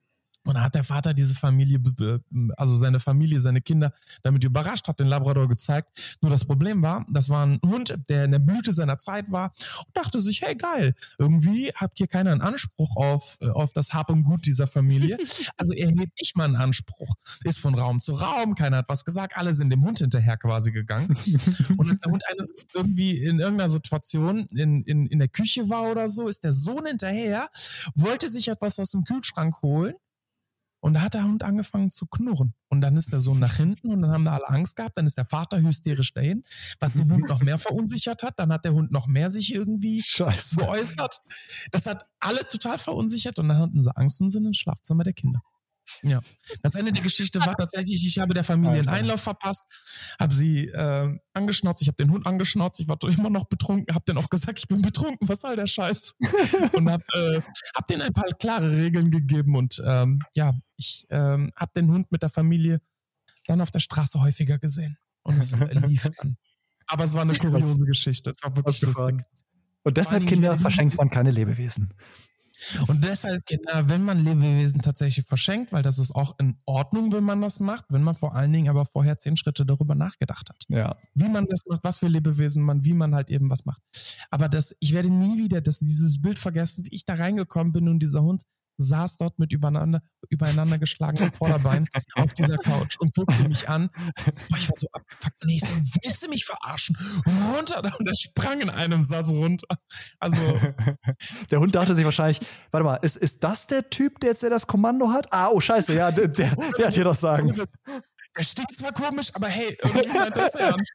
Und dann hat der Vater diese Familie, also seine Familie, seine Kinder damit überrascht, hat den Labrador gezeigt. Nur das Problem war, das war ein Hund, der in der Blüte seiner Zeit war und dachte sich, hey geil, irgendwie hat hier keiner einen Anspruch auf, auf das Hab und Gut dieser Familie. Also erhebt ich mal einen Anspruch. Ist von Raum zu Raum, keiner hat was gesagt, alle sind dem Hund hinterher quasi gegangen. Und als der Hund eine, irgendwie in irgendeiner Situation in, in, in der Küche war oder so, ist der Sohn hinterher, wollte sich etwas aus dem Kühlschrank holen. Und da hat der Hund angefangen zu knurren. Und dann ist der Sohn nach hinten und dann haben da alle Angst gehabt. Dann ist der Vater hysterisch dahin, was den Hund noch mehr verunsichert hat. Dann hat der Hund noch mehr sich irgendwie Scheiße. geäußert. Das hat alle total verunsichert und dann hatten sie Angst und sind ins Schlafzimmer der Kinder. Ja, das Ende der Geschichte war tatsächlich, ich habe der Familie einen Einlauf verpasst, habe sie äh, angeschnauzt, ich habe den Hund angeschnauzt, ich war immer noch betrunken, habe denen auch gesagt, ich bin betrunken, was soll der Scheiß? Und habe äh, hab denen ein paar klare Regeln gegeben und ähm, ja, ich ähm, habe den Hund mit der Familie dann auf der Straße häufiger gesehen und es lief dann. Aber es war eine kuriose Geschichte, es war wirklich lustig. Und deshalb, Kinder, verschenkt man keine Lebewesen. Und deshalb, Kinder, wenn man Lebewesen tatsächlich verschenkt, weil das ist auch in Ordnung, wenn man das macht, wenn man vor allen Dingen aber vorher zehn Schritte darüber nachgedacht hat. Ja. Wie man das macht, was für Lebewesen man, wie man halt eben was macht. Aber das, ich werde nie wieder das, dieses Bild vergessen, wie ich da reingekommen bin und dieser Hund saß dort mit übereinander, übereinander geschlagenem Vorderbein auf dieser Couch und guckte mich an. Boah, ich war so abgefuckt. Nee, so, willst du mich verarschen? Runter! Und er sprang in einem Satz runter. Also. Der Hund dachte sich wahrscheinlich, warte mal, ist, ist das der Typ, der jetzt der das Kommando hat? Ah, oh, scheiße, ja, der, der, der hat hier das Sagen. Der stinkt zwar komisch, aber hey, irgendwie meint das ernst.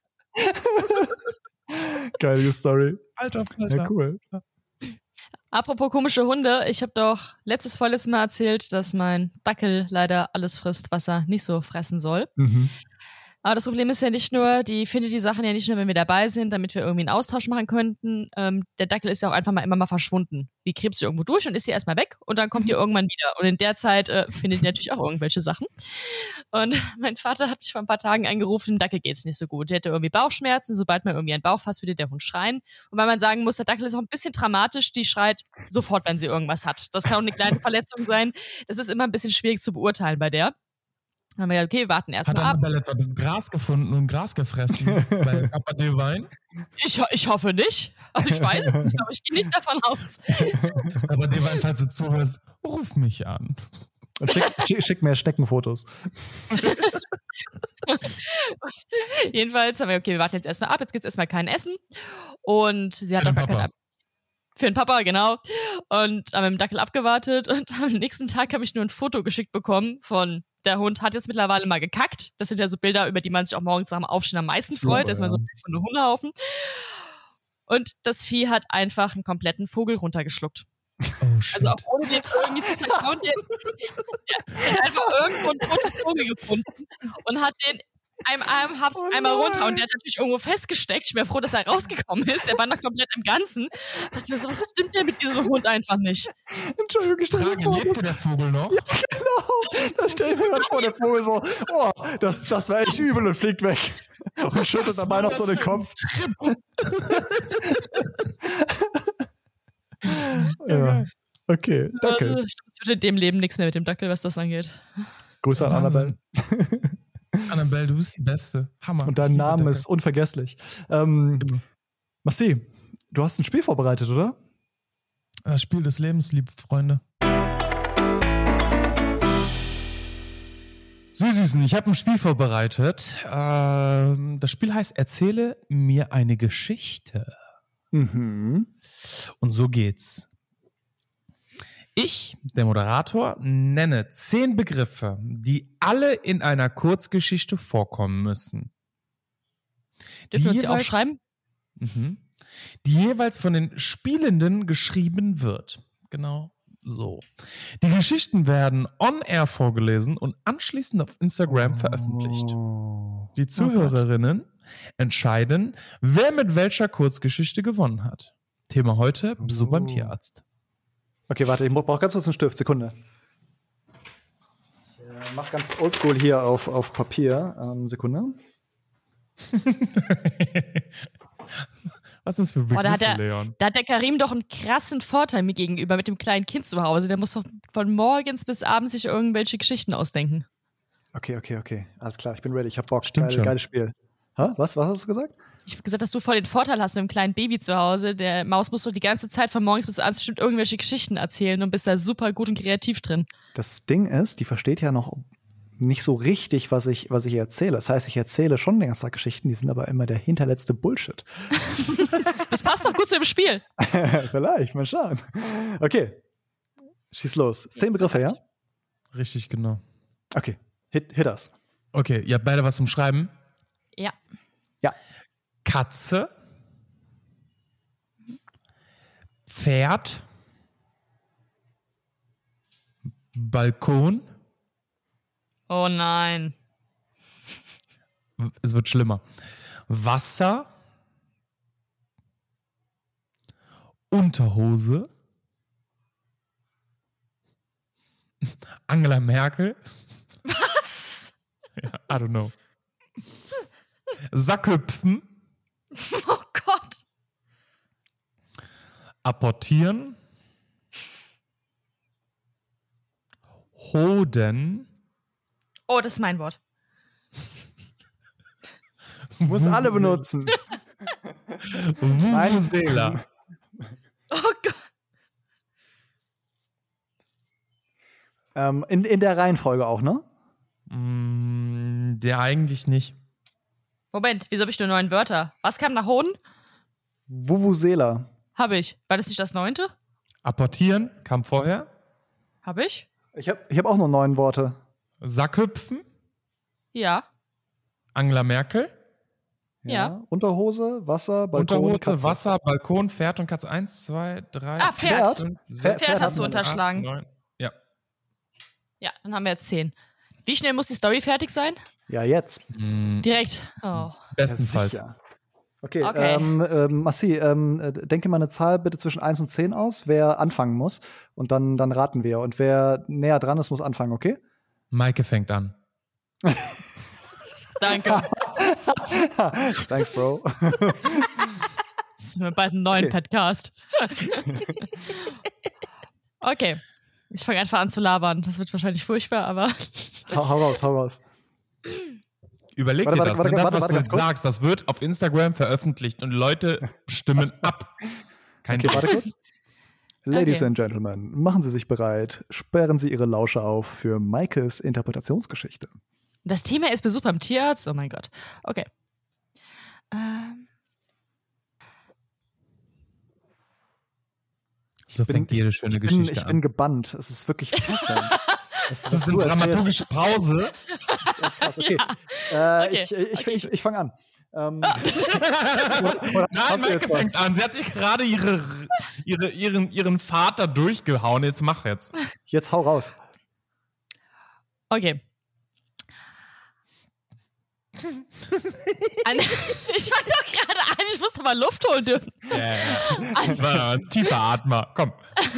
Geile Story. Alter, Alter. Ja, cool. Apropos komische Hunde, ich habe doch letztes, vorletztes Mal erzählt, dass mein Dackel leider alles frisst, was er nicht so fressen soll. Mhm. Aber das Problem ist ja nicht nur, die findet die Sachen ja nicht nur, wenn wir dabei sind, damit wir irgendwie einen Austausch machen könnten. Ähm, der Dackel ist ja auch einfach mal immer mal verschwunden. Die krebst sie irgendwo durch und ist sie erstmal weg und dann kommt die irgendwann wieder. Und in der Zeit äh, findet die natürlich auch irgendwelche Sachen. Und mein Vater hat mich vor ein paar Tagen angerufen, dem Dackel geht's nicht so gut. Der hatte irgendwie Bauchschmerzen, sobald man irgendwie einen Bauch fasst, würde der Hund schreien. Und weil man sagen muss, der Dackel ist auch ein bisschen dramatisch, die schreit sofort, wenn sie irgendwas hat. Das kann auch eine kleine Verletzung sein. Das ist immer ein bisschen schwierig zu beurteilen bei der. Dann haben wir gesagt, okay, wir warten erst Hat mal ab. Annabelle etwa Gras gefunden und Gras gefressen bei Papa Divine? Ich, ich hoffe nicht. Aber ich weiß es nicht, aber ich gehe nicht davon aus. Aber Divine, falls du zuhörst, ruf mich an. Und schick, schick, schick mir Schneckenfotos. Jedenfalls haben wir, okay, wir warten jetzt erstmal ab, jetzt gibt's erstmal kein Essen. Und sie hat Für auch den gar Papa. kein Ab- Für den Papa, genau. Und haben im Dackel abgewartet und am nächsten Tag habe ich nur ein Foto geschickt bekommen von, der Hund hat jetzt mittlerweile mal gekackt. Das sind ja so Bilder, über die man sich auch morgens nach dem Aufstehen am meisten Super, freut. Da ist man ja. so ein Bild von einem Hundehaufen. Und das Vieh hat einfach einen kompletten Vogel runtergeschluckt. Oh, shit. Also auch ohne den irgendwie zu zerkauen, der, der hat einfach irgendwo einen toten Vogel gefunden und hat den einem Arm hab's Oh einmal nein. runter und der hat natürlich irgendwo festgesteckt. Ich bin froh, dass er rausgekommen ist. Der war noch komplett im Ganzen. Da dachte ich mir so, was stimmt denn mit diesem Hund einfach nicht? Entschuldigung, ich stelle mir Frage, vor. lebte der Vogel noch? Ja, genau. Da stelle ich mir gerade vor, der Vogel so, oh, das, das war echt übel und fliegt weg. Und schüttelt dabei noch so den Kopf. Ja. Okay, danke. Also, ich glaube, es wird in dem Leben nichts mehr mit dem Dackel, was das angeht. Grüße an Annabelle. Annabelle, du bist die Beste. Hammer. Und dein Ich liebe Name Dackel. ist unvergesslich. Ähm, Massi, du hast ein Spiel vorbereitet, oder? Das Spiel des Lebens, liebe Freunde. So Süßen, ich habe ein Spiel vorbereitet. Ähm, das Spiel heißt Erzähle mir eine Geschichte. Mhm. Und so geht's. Ich, der Moderator, nenne zehn Begriffe, die alle in einer Kurzgeschichte vorkommen müssen. Dürfen wir uns die jeweils- aufschreiben? Mhm. Die jeweils von den Spielenden geschrieben wird. Genau so. Die Geschichten werden on-air vorgelesen und anschließend auf Instagram veröffentlicht. Oh. Die Zuhörerinnen entscheiden, wer mit welcher Kurzgeschichte gewonnen hat. Thema heute, Besuch beim Tierarzt. Okay, warte, ich brauche ganz kurz einen Stift. Sekunde. Ich äh, mach ganz oldschool hier auf, auf Papier. Ähm, Sekunde. Was ist das für Begriffe, Boah, da, hat der, Leon? da hat der Karim doch einen krassen Vorteil mir gegenüber mit dem kleinen Kind zu Hause. Der muss doch von morgens bis abends sich irgendwelche Geschichten ausdenken. Okay, okay, okay. Alles klar, ich bin ready. Ich hab Bock. Stimmt Geile, schon. Geiles Spiel. Hä? Was, was hast du gesagt? Ich habe gesagt, dass du voll den Vorteil hast mit einem kleinen Baby zu Hause. Der Maus muss doch die ganze Zeit von morgens bis abends bestimmt irgendwelche Geschichten erzählen und bist da super gut und kreativ drin. Das Ding ist, die versteht ja noch nicht so richtig, was ich, was ich ihr erzähle. Das heißt, ich erzähle schon den ganzen Tag Geschichten, die sind aber immer der hinterletzte Bullshit. Das passt doch gut zu dem Spiel. Vielleicht, mal schauen. Okay, schieß los. Zehn Begriffe, ja? Richtig, genau. Okay, hit, hit us. Okay, ihr habt beide was zum Schreiben. Ja. Ja. Katze. Pferd. Balkon. Oh nein. Es wird schlimmer. Wasser. Unterhose. Angela Merkel. Was? Ja, I don't know. Sackhüpfen. Oh Gott. Apportieren. Hoden. Oh, das ist mein Wort. Muss alle benutzen. Vuvuzela. Oh Gott. Ähm, in, in der Reihenfolge auch, ne? Mm, der eigentlich nicht. Moment, wieso habe ich nur neun Wörter? Was kam nach Hoden? Vuvuzela. Habe ich. War das nicht das neunte? Apportieren kam vorher. Habe ich? Ich habe ich hab auch nur neun Worte. Sackhüpfen. Ja. Angela Merkel. Ja. Unterhose, Wasser, Balkon, Unterhose, Katze. Wasser, Balkon, Pferd und Katze. Eins, zwei, drei, Ah, Pferd. fünf, Pferd, sechs, Pferd hast du sieben, unterschlagen. acht, neun. Ja. Ja, dann haben wir jetzt zehn. Wie schnell muss die Story fertig sein? Ja, jetzt. Direkt. Oh. Bestenfalls. Ja, okay, Okay. Ähm, ähm, Massi, ähm, äh, denke mal eine Zahl bitte zwischen eins und zehn aus, wer anfangen muss. Und dann, dann raten wir. Und wer näher dran ist, muss anfangen, okay? Maike fängt an. Danke. Thanks, Bro. Das ist mir bald ein neuen Okay. Podcast. Okay. Ich fange einfach an zu labern. Das wird wahrscheinlich furchtbar, aber hau, hau raus, hau raus. Überleg Warte, dir warte, das. warte, ne? Das, warte, was warte, du ganz jetzt kurz. sagst, das wird auf Instagram veröffentlicht und Leute stimmen ab. Kein Okay, warte kurz. Ladies Okay. and Gentlemen, machen Sie sich bereit, sperren Sie Ihre Lauscher auf für Maikes Interpretationsgeschichte. das Thema ist Besuch beim Tierarzt. Oh mein Gott. Okay. Ähm, So bin- fängt jede schöne ich bin, Geschichte ich an. bin gebannt. Es ist wirklich fesselnd. Das, Das ist eine dramaturgische Pause. Das ist echt krass. Okay, äh, Okay, ich, ich, okay. ich, ich fange an. Ähm, oder, oder Nein, hast du Maike jetzt was? fängt an. Sie hat sich gerade ihre, ihre, ihren, ihren Vater durchgehauen. Jetzt mach jetzt. Jetzt hau raus. okay. An, ich fange doch gerade an. Ich muss doch mal Luft holen dürfen. Ja, ja, ja. Warte mal, tiefer Atmer. Komm.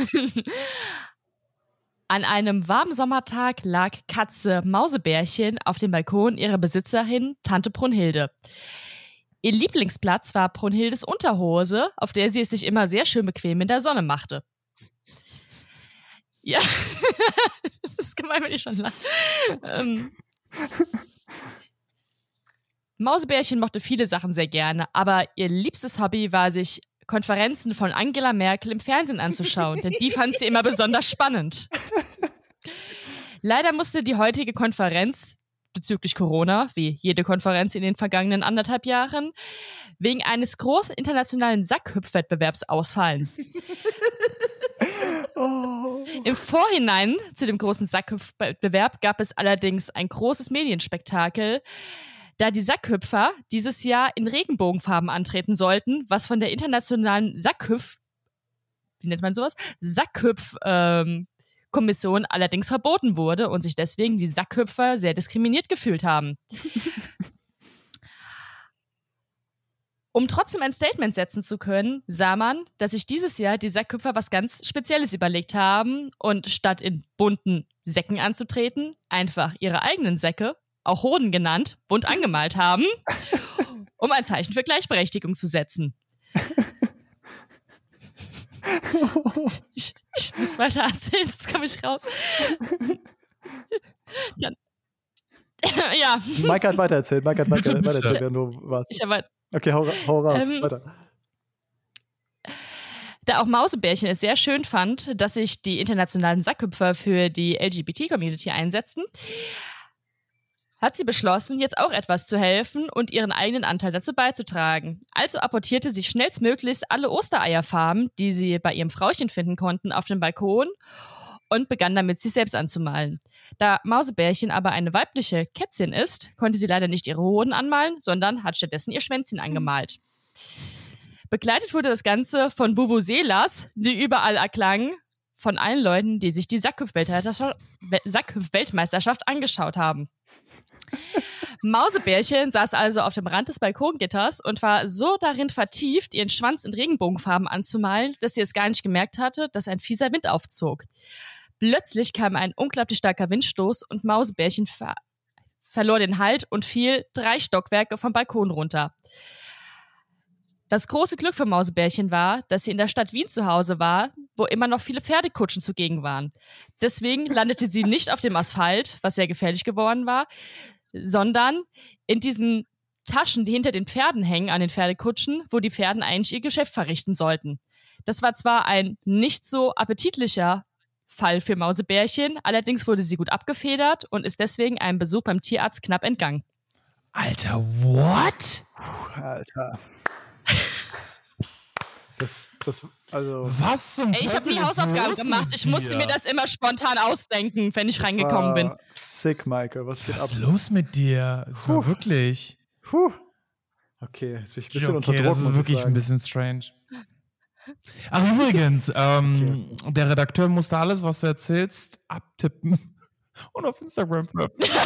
An einem warmen Sommertag lag Katze Mausebärchen auf dem Balkon ihrer Besitzerin Tante Brunhilde. Ihr Lieblingsplatz war Brunhildes Unterhose, auf der sie es sich immer sehr schön bequem in der Sonne machte. Ja, das ist gemein, wenn ich schon lache. Ähm, Mausebärchen mochte viele Sachen sehr gerne, aber ihr liebstes Hobby war, sich Konferenzen von Angela Merkel im Fernsehen anzuschauen, denn die fand sie immer besonders spannend. Leider musste die heutige Konferenz bezüglich Corona, wie jede Konferenz in den vergangenen anderthalb Jahren, wegen eines großen internationalen Sackhüpfwettbewerbs ausfallen. Oh. Im Vorhinein zu dem großen Sackhüpfwettbewerb gab es allerdings ein großes Medienspektakel, da die Sackhüpfer dieses Jahr in Regenbogenfarben antreten sollten, was von der internationalen Sackhüpf, wie nennt man sowas? Sackhüpf, ähm, Kommission allerdings verboten wurde und sich deswegen die Sackhüpfer sehr diskriminiert gefühlt haben. Um trotzdem ein Statement setzen zu können, sah man, dass sich dieses Jahr die Sackhüpfer was ganz Spezielles überlegt haben und statt in bunten Säcken anzutreten, einfach ihre eigenen Säcke, auch Hoden genannt, bunt angemalt haben, um ein Zeichen für Gleichberechtigung zu setzen. ich, ich muss weiter erzählen, sonst komme ich raus. Dann, ja. Maike hat weitererzählt. Maike hat weiter, weitererzählt, während du warst. Ich aber, okay, hau, hau raus. Ähm, weiter. Da auch Mausebärchen es sehr schön fand, dass sich die internationalen Sackhüpfer für die L G B T-Community einsetzten, hat sie beschlossen, jetzt auch etwas zu helfen und ihren eigenen Anteil dazu beizutragen. Also apportierte sie schnellstmöglichst alle Ostereierfarben, die sie bei ihrem Frauchen finden konnten, auf den Balkon und begann damit, sich selbst anzumalen. Da Mausebärchen aber eine weibliche Kätzchen ist, konnte sie leider nicht ihre Hoden anmalen, sondern hat stattdessen ihr Schwänzchen angemalt. Begleitet wurde das Ganze von Vuvuzelas, die überall erklangen, von allen Leuten, die sich die Sackhüpf-Weltmeisterschaft angeschaut haben. Mausebärchen saß also auf dem Rand des Balkongitters und war so darin vertieft, ihren Schwanz in Regenbogenfarben anzumalen, dass sie es gar nicht gemerkt hatte, dass ein fieser Wind aufzog. Plötzlich kam ein unglaublich starker Windstoß und Mausebärchen ver- verlor den Halt und fiel drei Stockwerke vom Balkon runter. Das große Glück für Mausebärchen war, dass sie in der Stadt Wien zu Hause war, wo immer noch viele Pferdekutschen zugegen waren. Deswegen landete sie nicht auf dem Asphalt, was sehr gefährlich geworden war, sondern in diesen Taschen, die hinter den Pferden hängen, an den Pferdekutschen, wo die Pferden eigentlich ihr Geschäft verrichten sollten. Das war zwar ein nicht so appetitlicher Fall für Mausebärchen, allerdings wurde sie gut abgefedert und ist deswegen einem Besuch beim Tierarzt knapp entgangen. Alter, what? Puh, Alter. Das, das, also. Was zum Ey, ich habe nie Teufel ist Hausaufgaben los gemacht. mit Ich musste dir? mir das immer spontan ausdenken, wenn ich das reingekommen war bin. Sick, Maike. Was geht Was ist ab? los mit dir? Es war Puh. wirklich. Puh. Okay, jetzt bin ich ein bisschen unter Okay, Druck, das ist muss wirklich ich sagen. ein bisschen strange. Ach, übrigens, ähm, der Redakteur musste alles, was du erzählst, abtippen und auf Instagram veröffentlichen.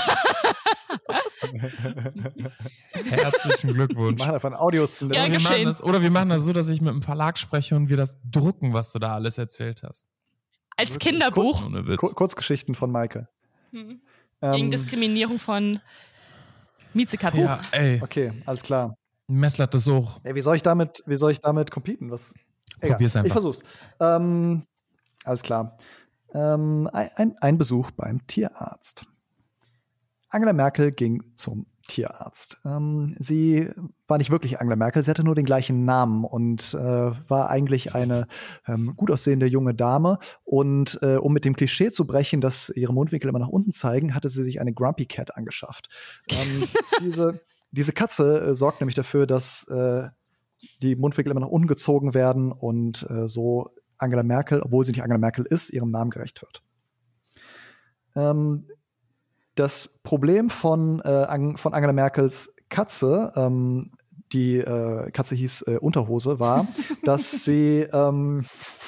Herzlichen Glückwunsch. Machen einfach ein Audios. Ja, Oder wir, geschehen. machen das, oder wir machen das so, dass ich mit dem Verlag spreche und wir das drucken, was du da alles erzählt hast. Als Wirklich? Kinderbuch Ohne Witz. Kur Kurzgeschichten von Maike. hm. Ähm, gegen Diskriminierung von Miezekatzen. Ja, ey, Okay, alles klar. Messlat das auch. Ey, wie soll ich damit, wie soll ich damit competen? Was? Egal. Probier's einfach. Ich versuch's. Ähm, alles klar. Ähm, ein, ein, ein Besuch beim Tierarzt. Angela Merkel ging zum Tierarzt. Ähm, sie war nicht wirklich Angela Merkel, sie hatte nur den gleichen Namen und äh, war eigentlich eine ähm, gut aussehende junge Dame. Und äh, um mit dem Klischee zu brechen, dass ihre Mundwinkel immer nach unten zeigen, hatte sie sich eine Grumpy Cat angeschafft. Ähm, diese, diese Katze äh, sorgt nämlich dafür, dass äh, die Mundwinkel immer nach unten gezogen werden und äh, so Angela Merkel, obwohl sie nicht Angela Merkel ist, ihrem Namen gerecht wird. Ähm, Das Problem von, äh, von Angela Merkels Katze, ähm, die äh, Katze hieß äh, Unterhose, war, dass sie, ähm,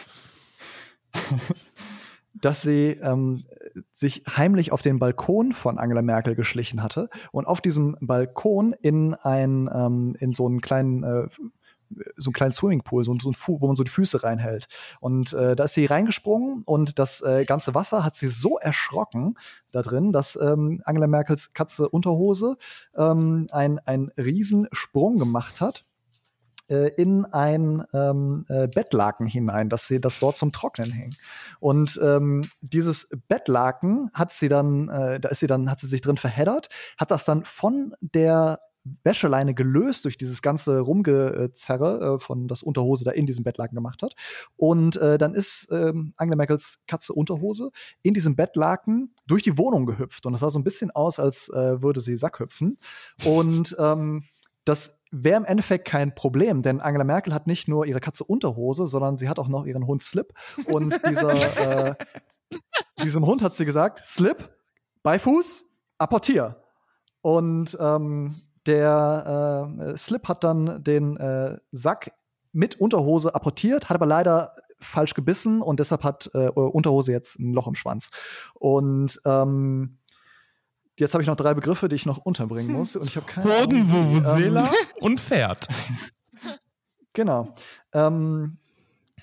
dass sie ähm, sich heimlich auf den Balkon von Angela Merkel geschlichen hatte und auf diesem Balkon in ein ähm, in so einen kleinen äh, so einen kleinen Swimmingpool, so, so ein Fu- wo man so die Füße reinhält. Und äh, da ist sie reingesprungen und das äh, ganze Wasser hat sie so erschrocken da drin, dass ähm, Angela Merkels Katze Unterhose ähm, ein, ein Riesensprung gemacht hat äh, in ein ähm, äh, Bettlaken hinein, dass sie das dort zum Trocknen hing. Und ähm, dieses Bettlaken hat sie dann, äh, da ist sie dann, hat sie sich drin verheddert, hat das dann von der Wäscheleine gelöst durch dieses ganze Rumgezerre äh, von das Unterhose da in diesem Bettlaken gemacht hat. Und äh, dann ist ähm, Angela Merkels Katze Unterhose in diesem Bettlaken durch die Wohnung gehüpft. Und das sah so ein bisschen aus, als äh, würde sie Sackhüpfen. Und ähm, das wäre im Endeffekt kein Problem, denn Angela Merkel hat nicht nur ihre Katze Unterhose, sondern sie hat auch noch ihren Hund Slip. Und dieser, äh, diesem Hund hat sie gesagt, Slip, Beifuß, apportier. Und ähm, der äh, Slip hat dann den äh, Sack mit Unterhose apportiert, hat aber leider falsch gebissen und deshalb hat äh, Unterhose jetzt ein Loch im Schwanz. Und ähm, jetzt habe ich noch drei Begriffe, die ich noch unterbringen muss. Und ich habe keine Hoden, Ahnung, wie, Vuvuzela ähm, und Pferd. Genau. Ähm,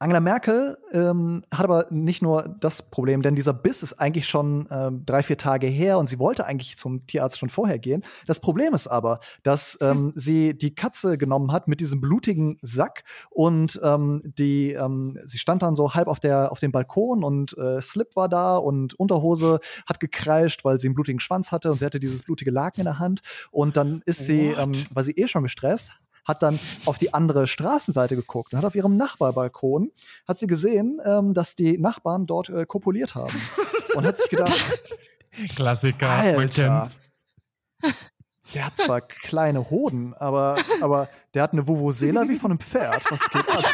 Angela Merkel ähm, hat aber nicht nur das Problem, denn dieser Biss ist eigentlich schon ähm, drei, vier Tage her und sie wollte eigentlich zum Tierarzt schon vorher gehen. Das Problem ist aber, dass ähm, sie die Katze genommen hat mit diesem blutigen Sack und ähm, die, ähm, sie stand dann so halb auf, der, auf dem Balkon und äh, Slip war da und Unterhose hat gekreischt, weil sie einen blutigen Schwanz hatte und sie hatte dieses blutige Laken in der Hand. Und dann ist sie, ähm, weil sie eh schon gestresst, hat dann auf die andere Straßenseite geguckt und hat auf ihrem Nachbarbalkon, hat sie gesehen, ähm, dass die Nachbarn dort äh, kopuliert haben. Und hat sich gedacht, Klassiker, Alter, man kennt's. Der hat zwar kleine Hoden, aber, aber der hat eine Vuvuzela wie von einem Pferd. Was geht ab?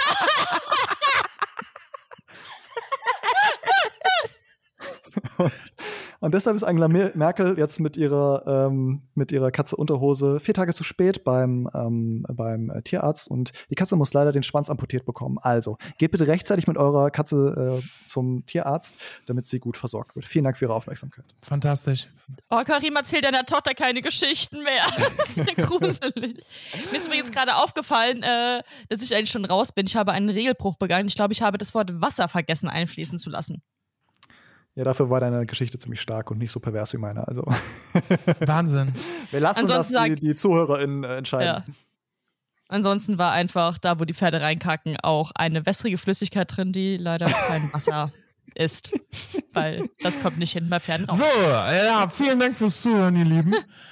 Und deshalb ist Angela Merkel jetzt mit ihrer, ähm, mit ihrer Katze Unterhose vier Tage zu spät beim, ähm, beim Tierarzt und die Katze muss leider den Schwanz amputiert bekommen. Also, geht bitte rechtzeitig mit eurer Katze äh, zum Tierarzt, damit sie gut versorgt wird. Vielen Dank für Ihre Aufmerksamkeit. Fantastisch. Oh, Karim erzählt deiner Tochter keine Geschichten mehr. Das ist ja gruselig. Mir ist übrigens gerade aufgefallen, äh, dass ich eigentlich schon raus bin. Ich habe einen Regelbruch begangen. Ich glaube, ich habe das Wort Wasser vergessen einfließen zu lassen. Ja, dafür war deine Geschichte ziemlich stark und nicht so pervers wie meine. Also. Wahnsinn. Wir lassen Ansonsten das die, die ZuhörerInnen äh, entscheiden. Ja. Ansonsten war einfach da, wo die Pferde reinkacken, auch eine wässrige Flüssigkeit drin, die leider kein Wasser ist. Weil das kommt nicht hinten bei Pferden raus. So, ja, vielen Dank fürs Zuhören, ihr Lieben.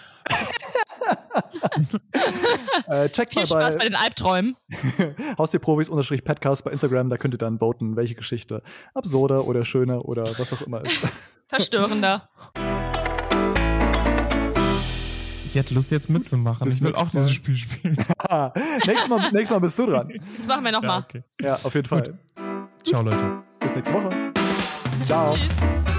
äh, checkt Viel mal Spaß bei, bei den Albträumen. Haustierprofis-Podcast bei Instagram, da könnt ihr dann voten, welche Geschichte absurder oder schöner oder was auch immer ist. Verstörender. Ich hätte Lust, jetzt mitzumachen. Bis Ich will auch nächstes dieses Spiel spielen. nächstes, Mal, nächstes Mal bist du dran. Das machen wir nochmal. Ja, okay. Ja, auf jeden Fall. Ciao, Leute. Bis nächste Woche. Ciao. Tschüss.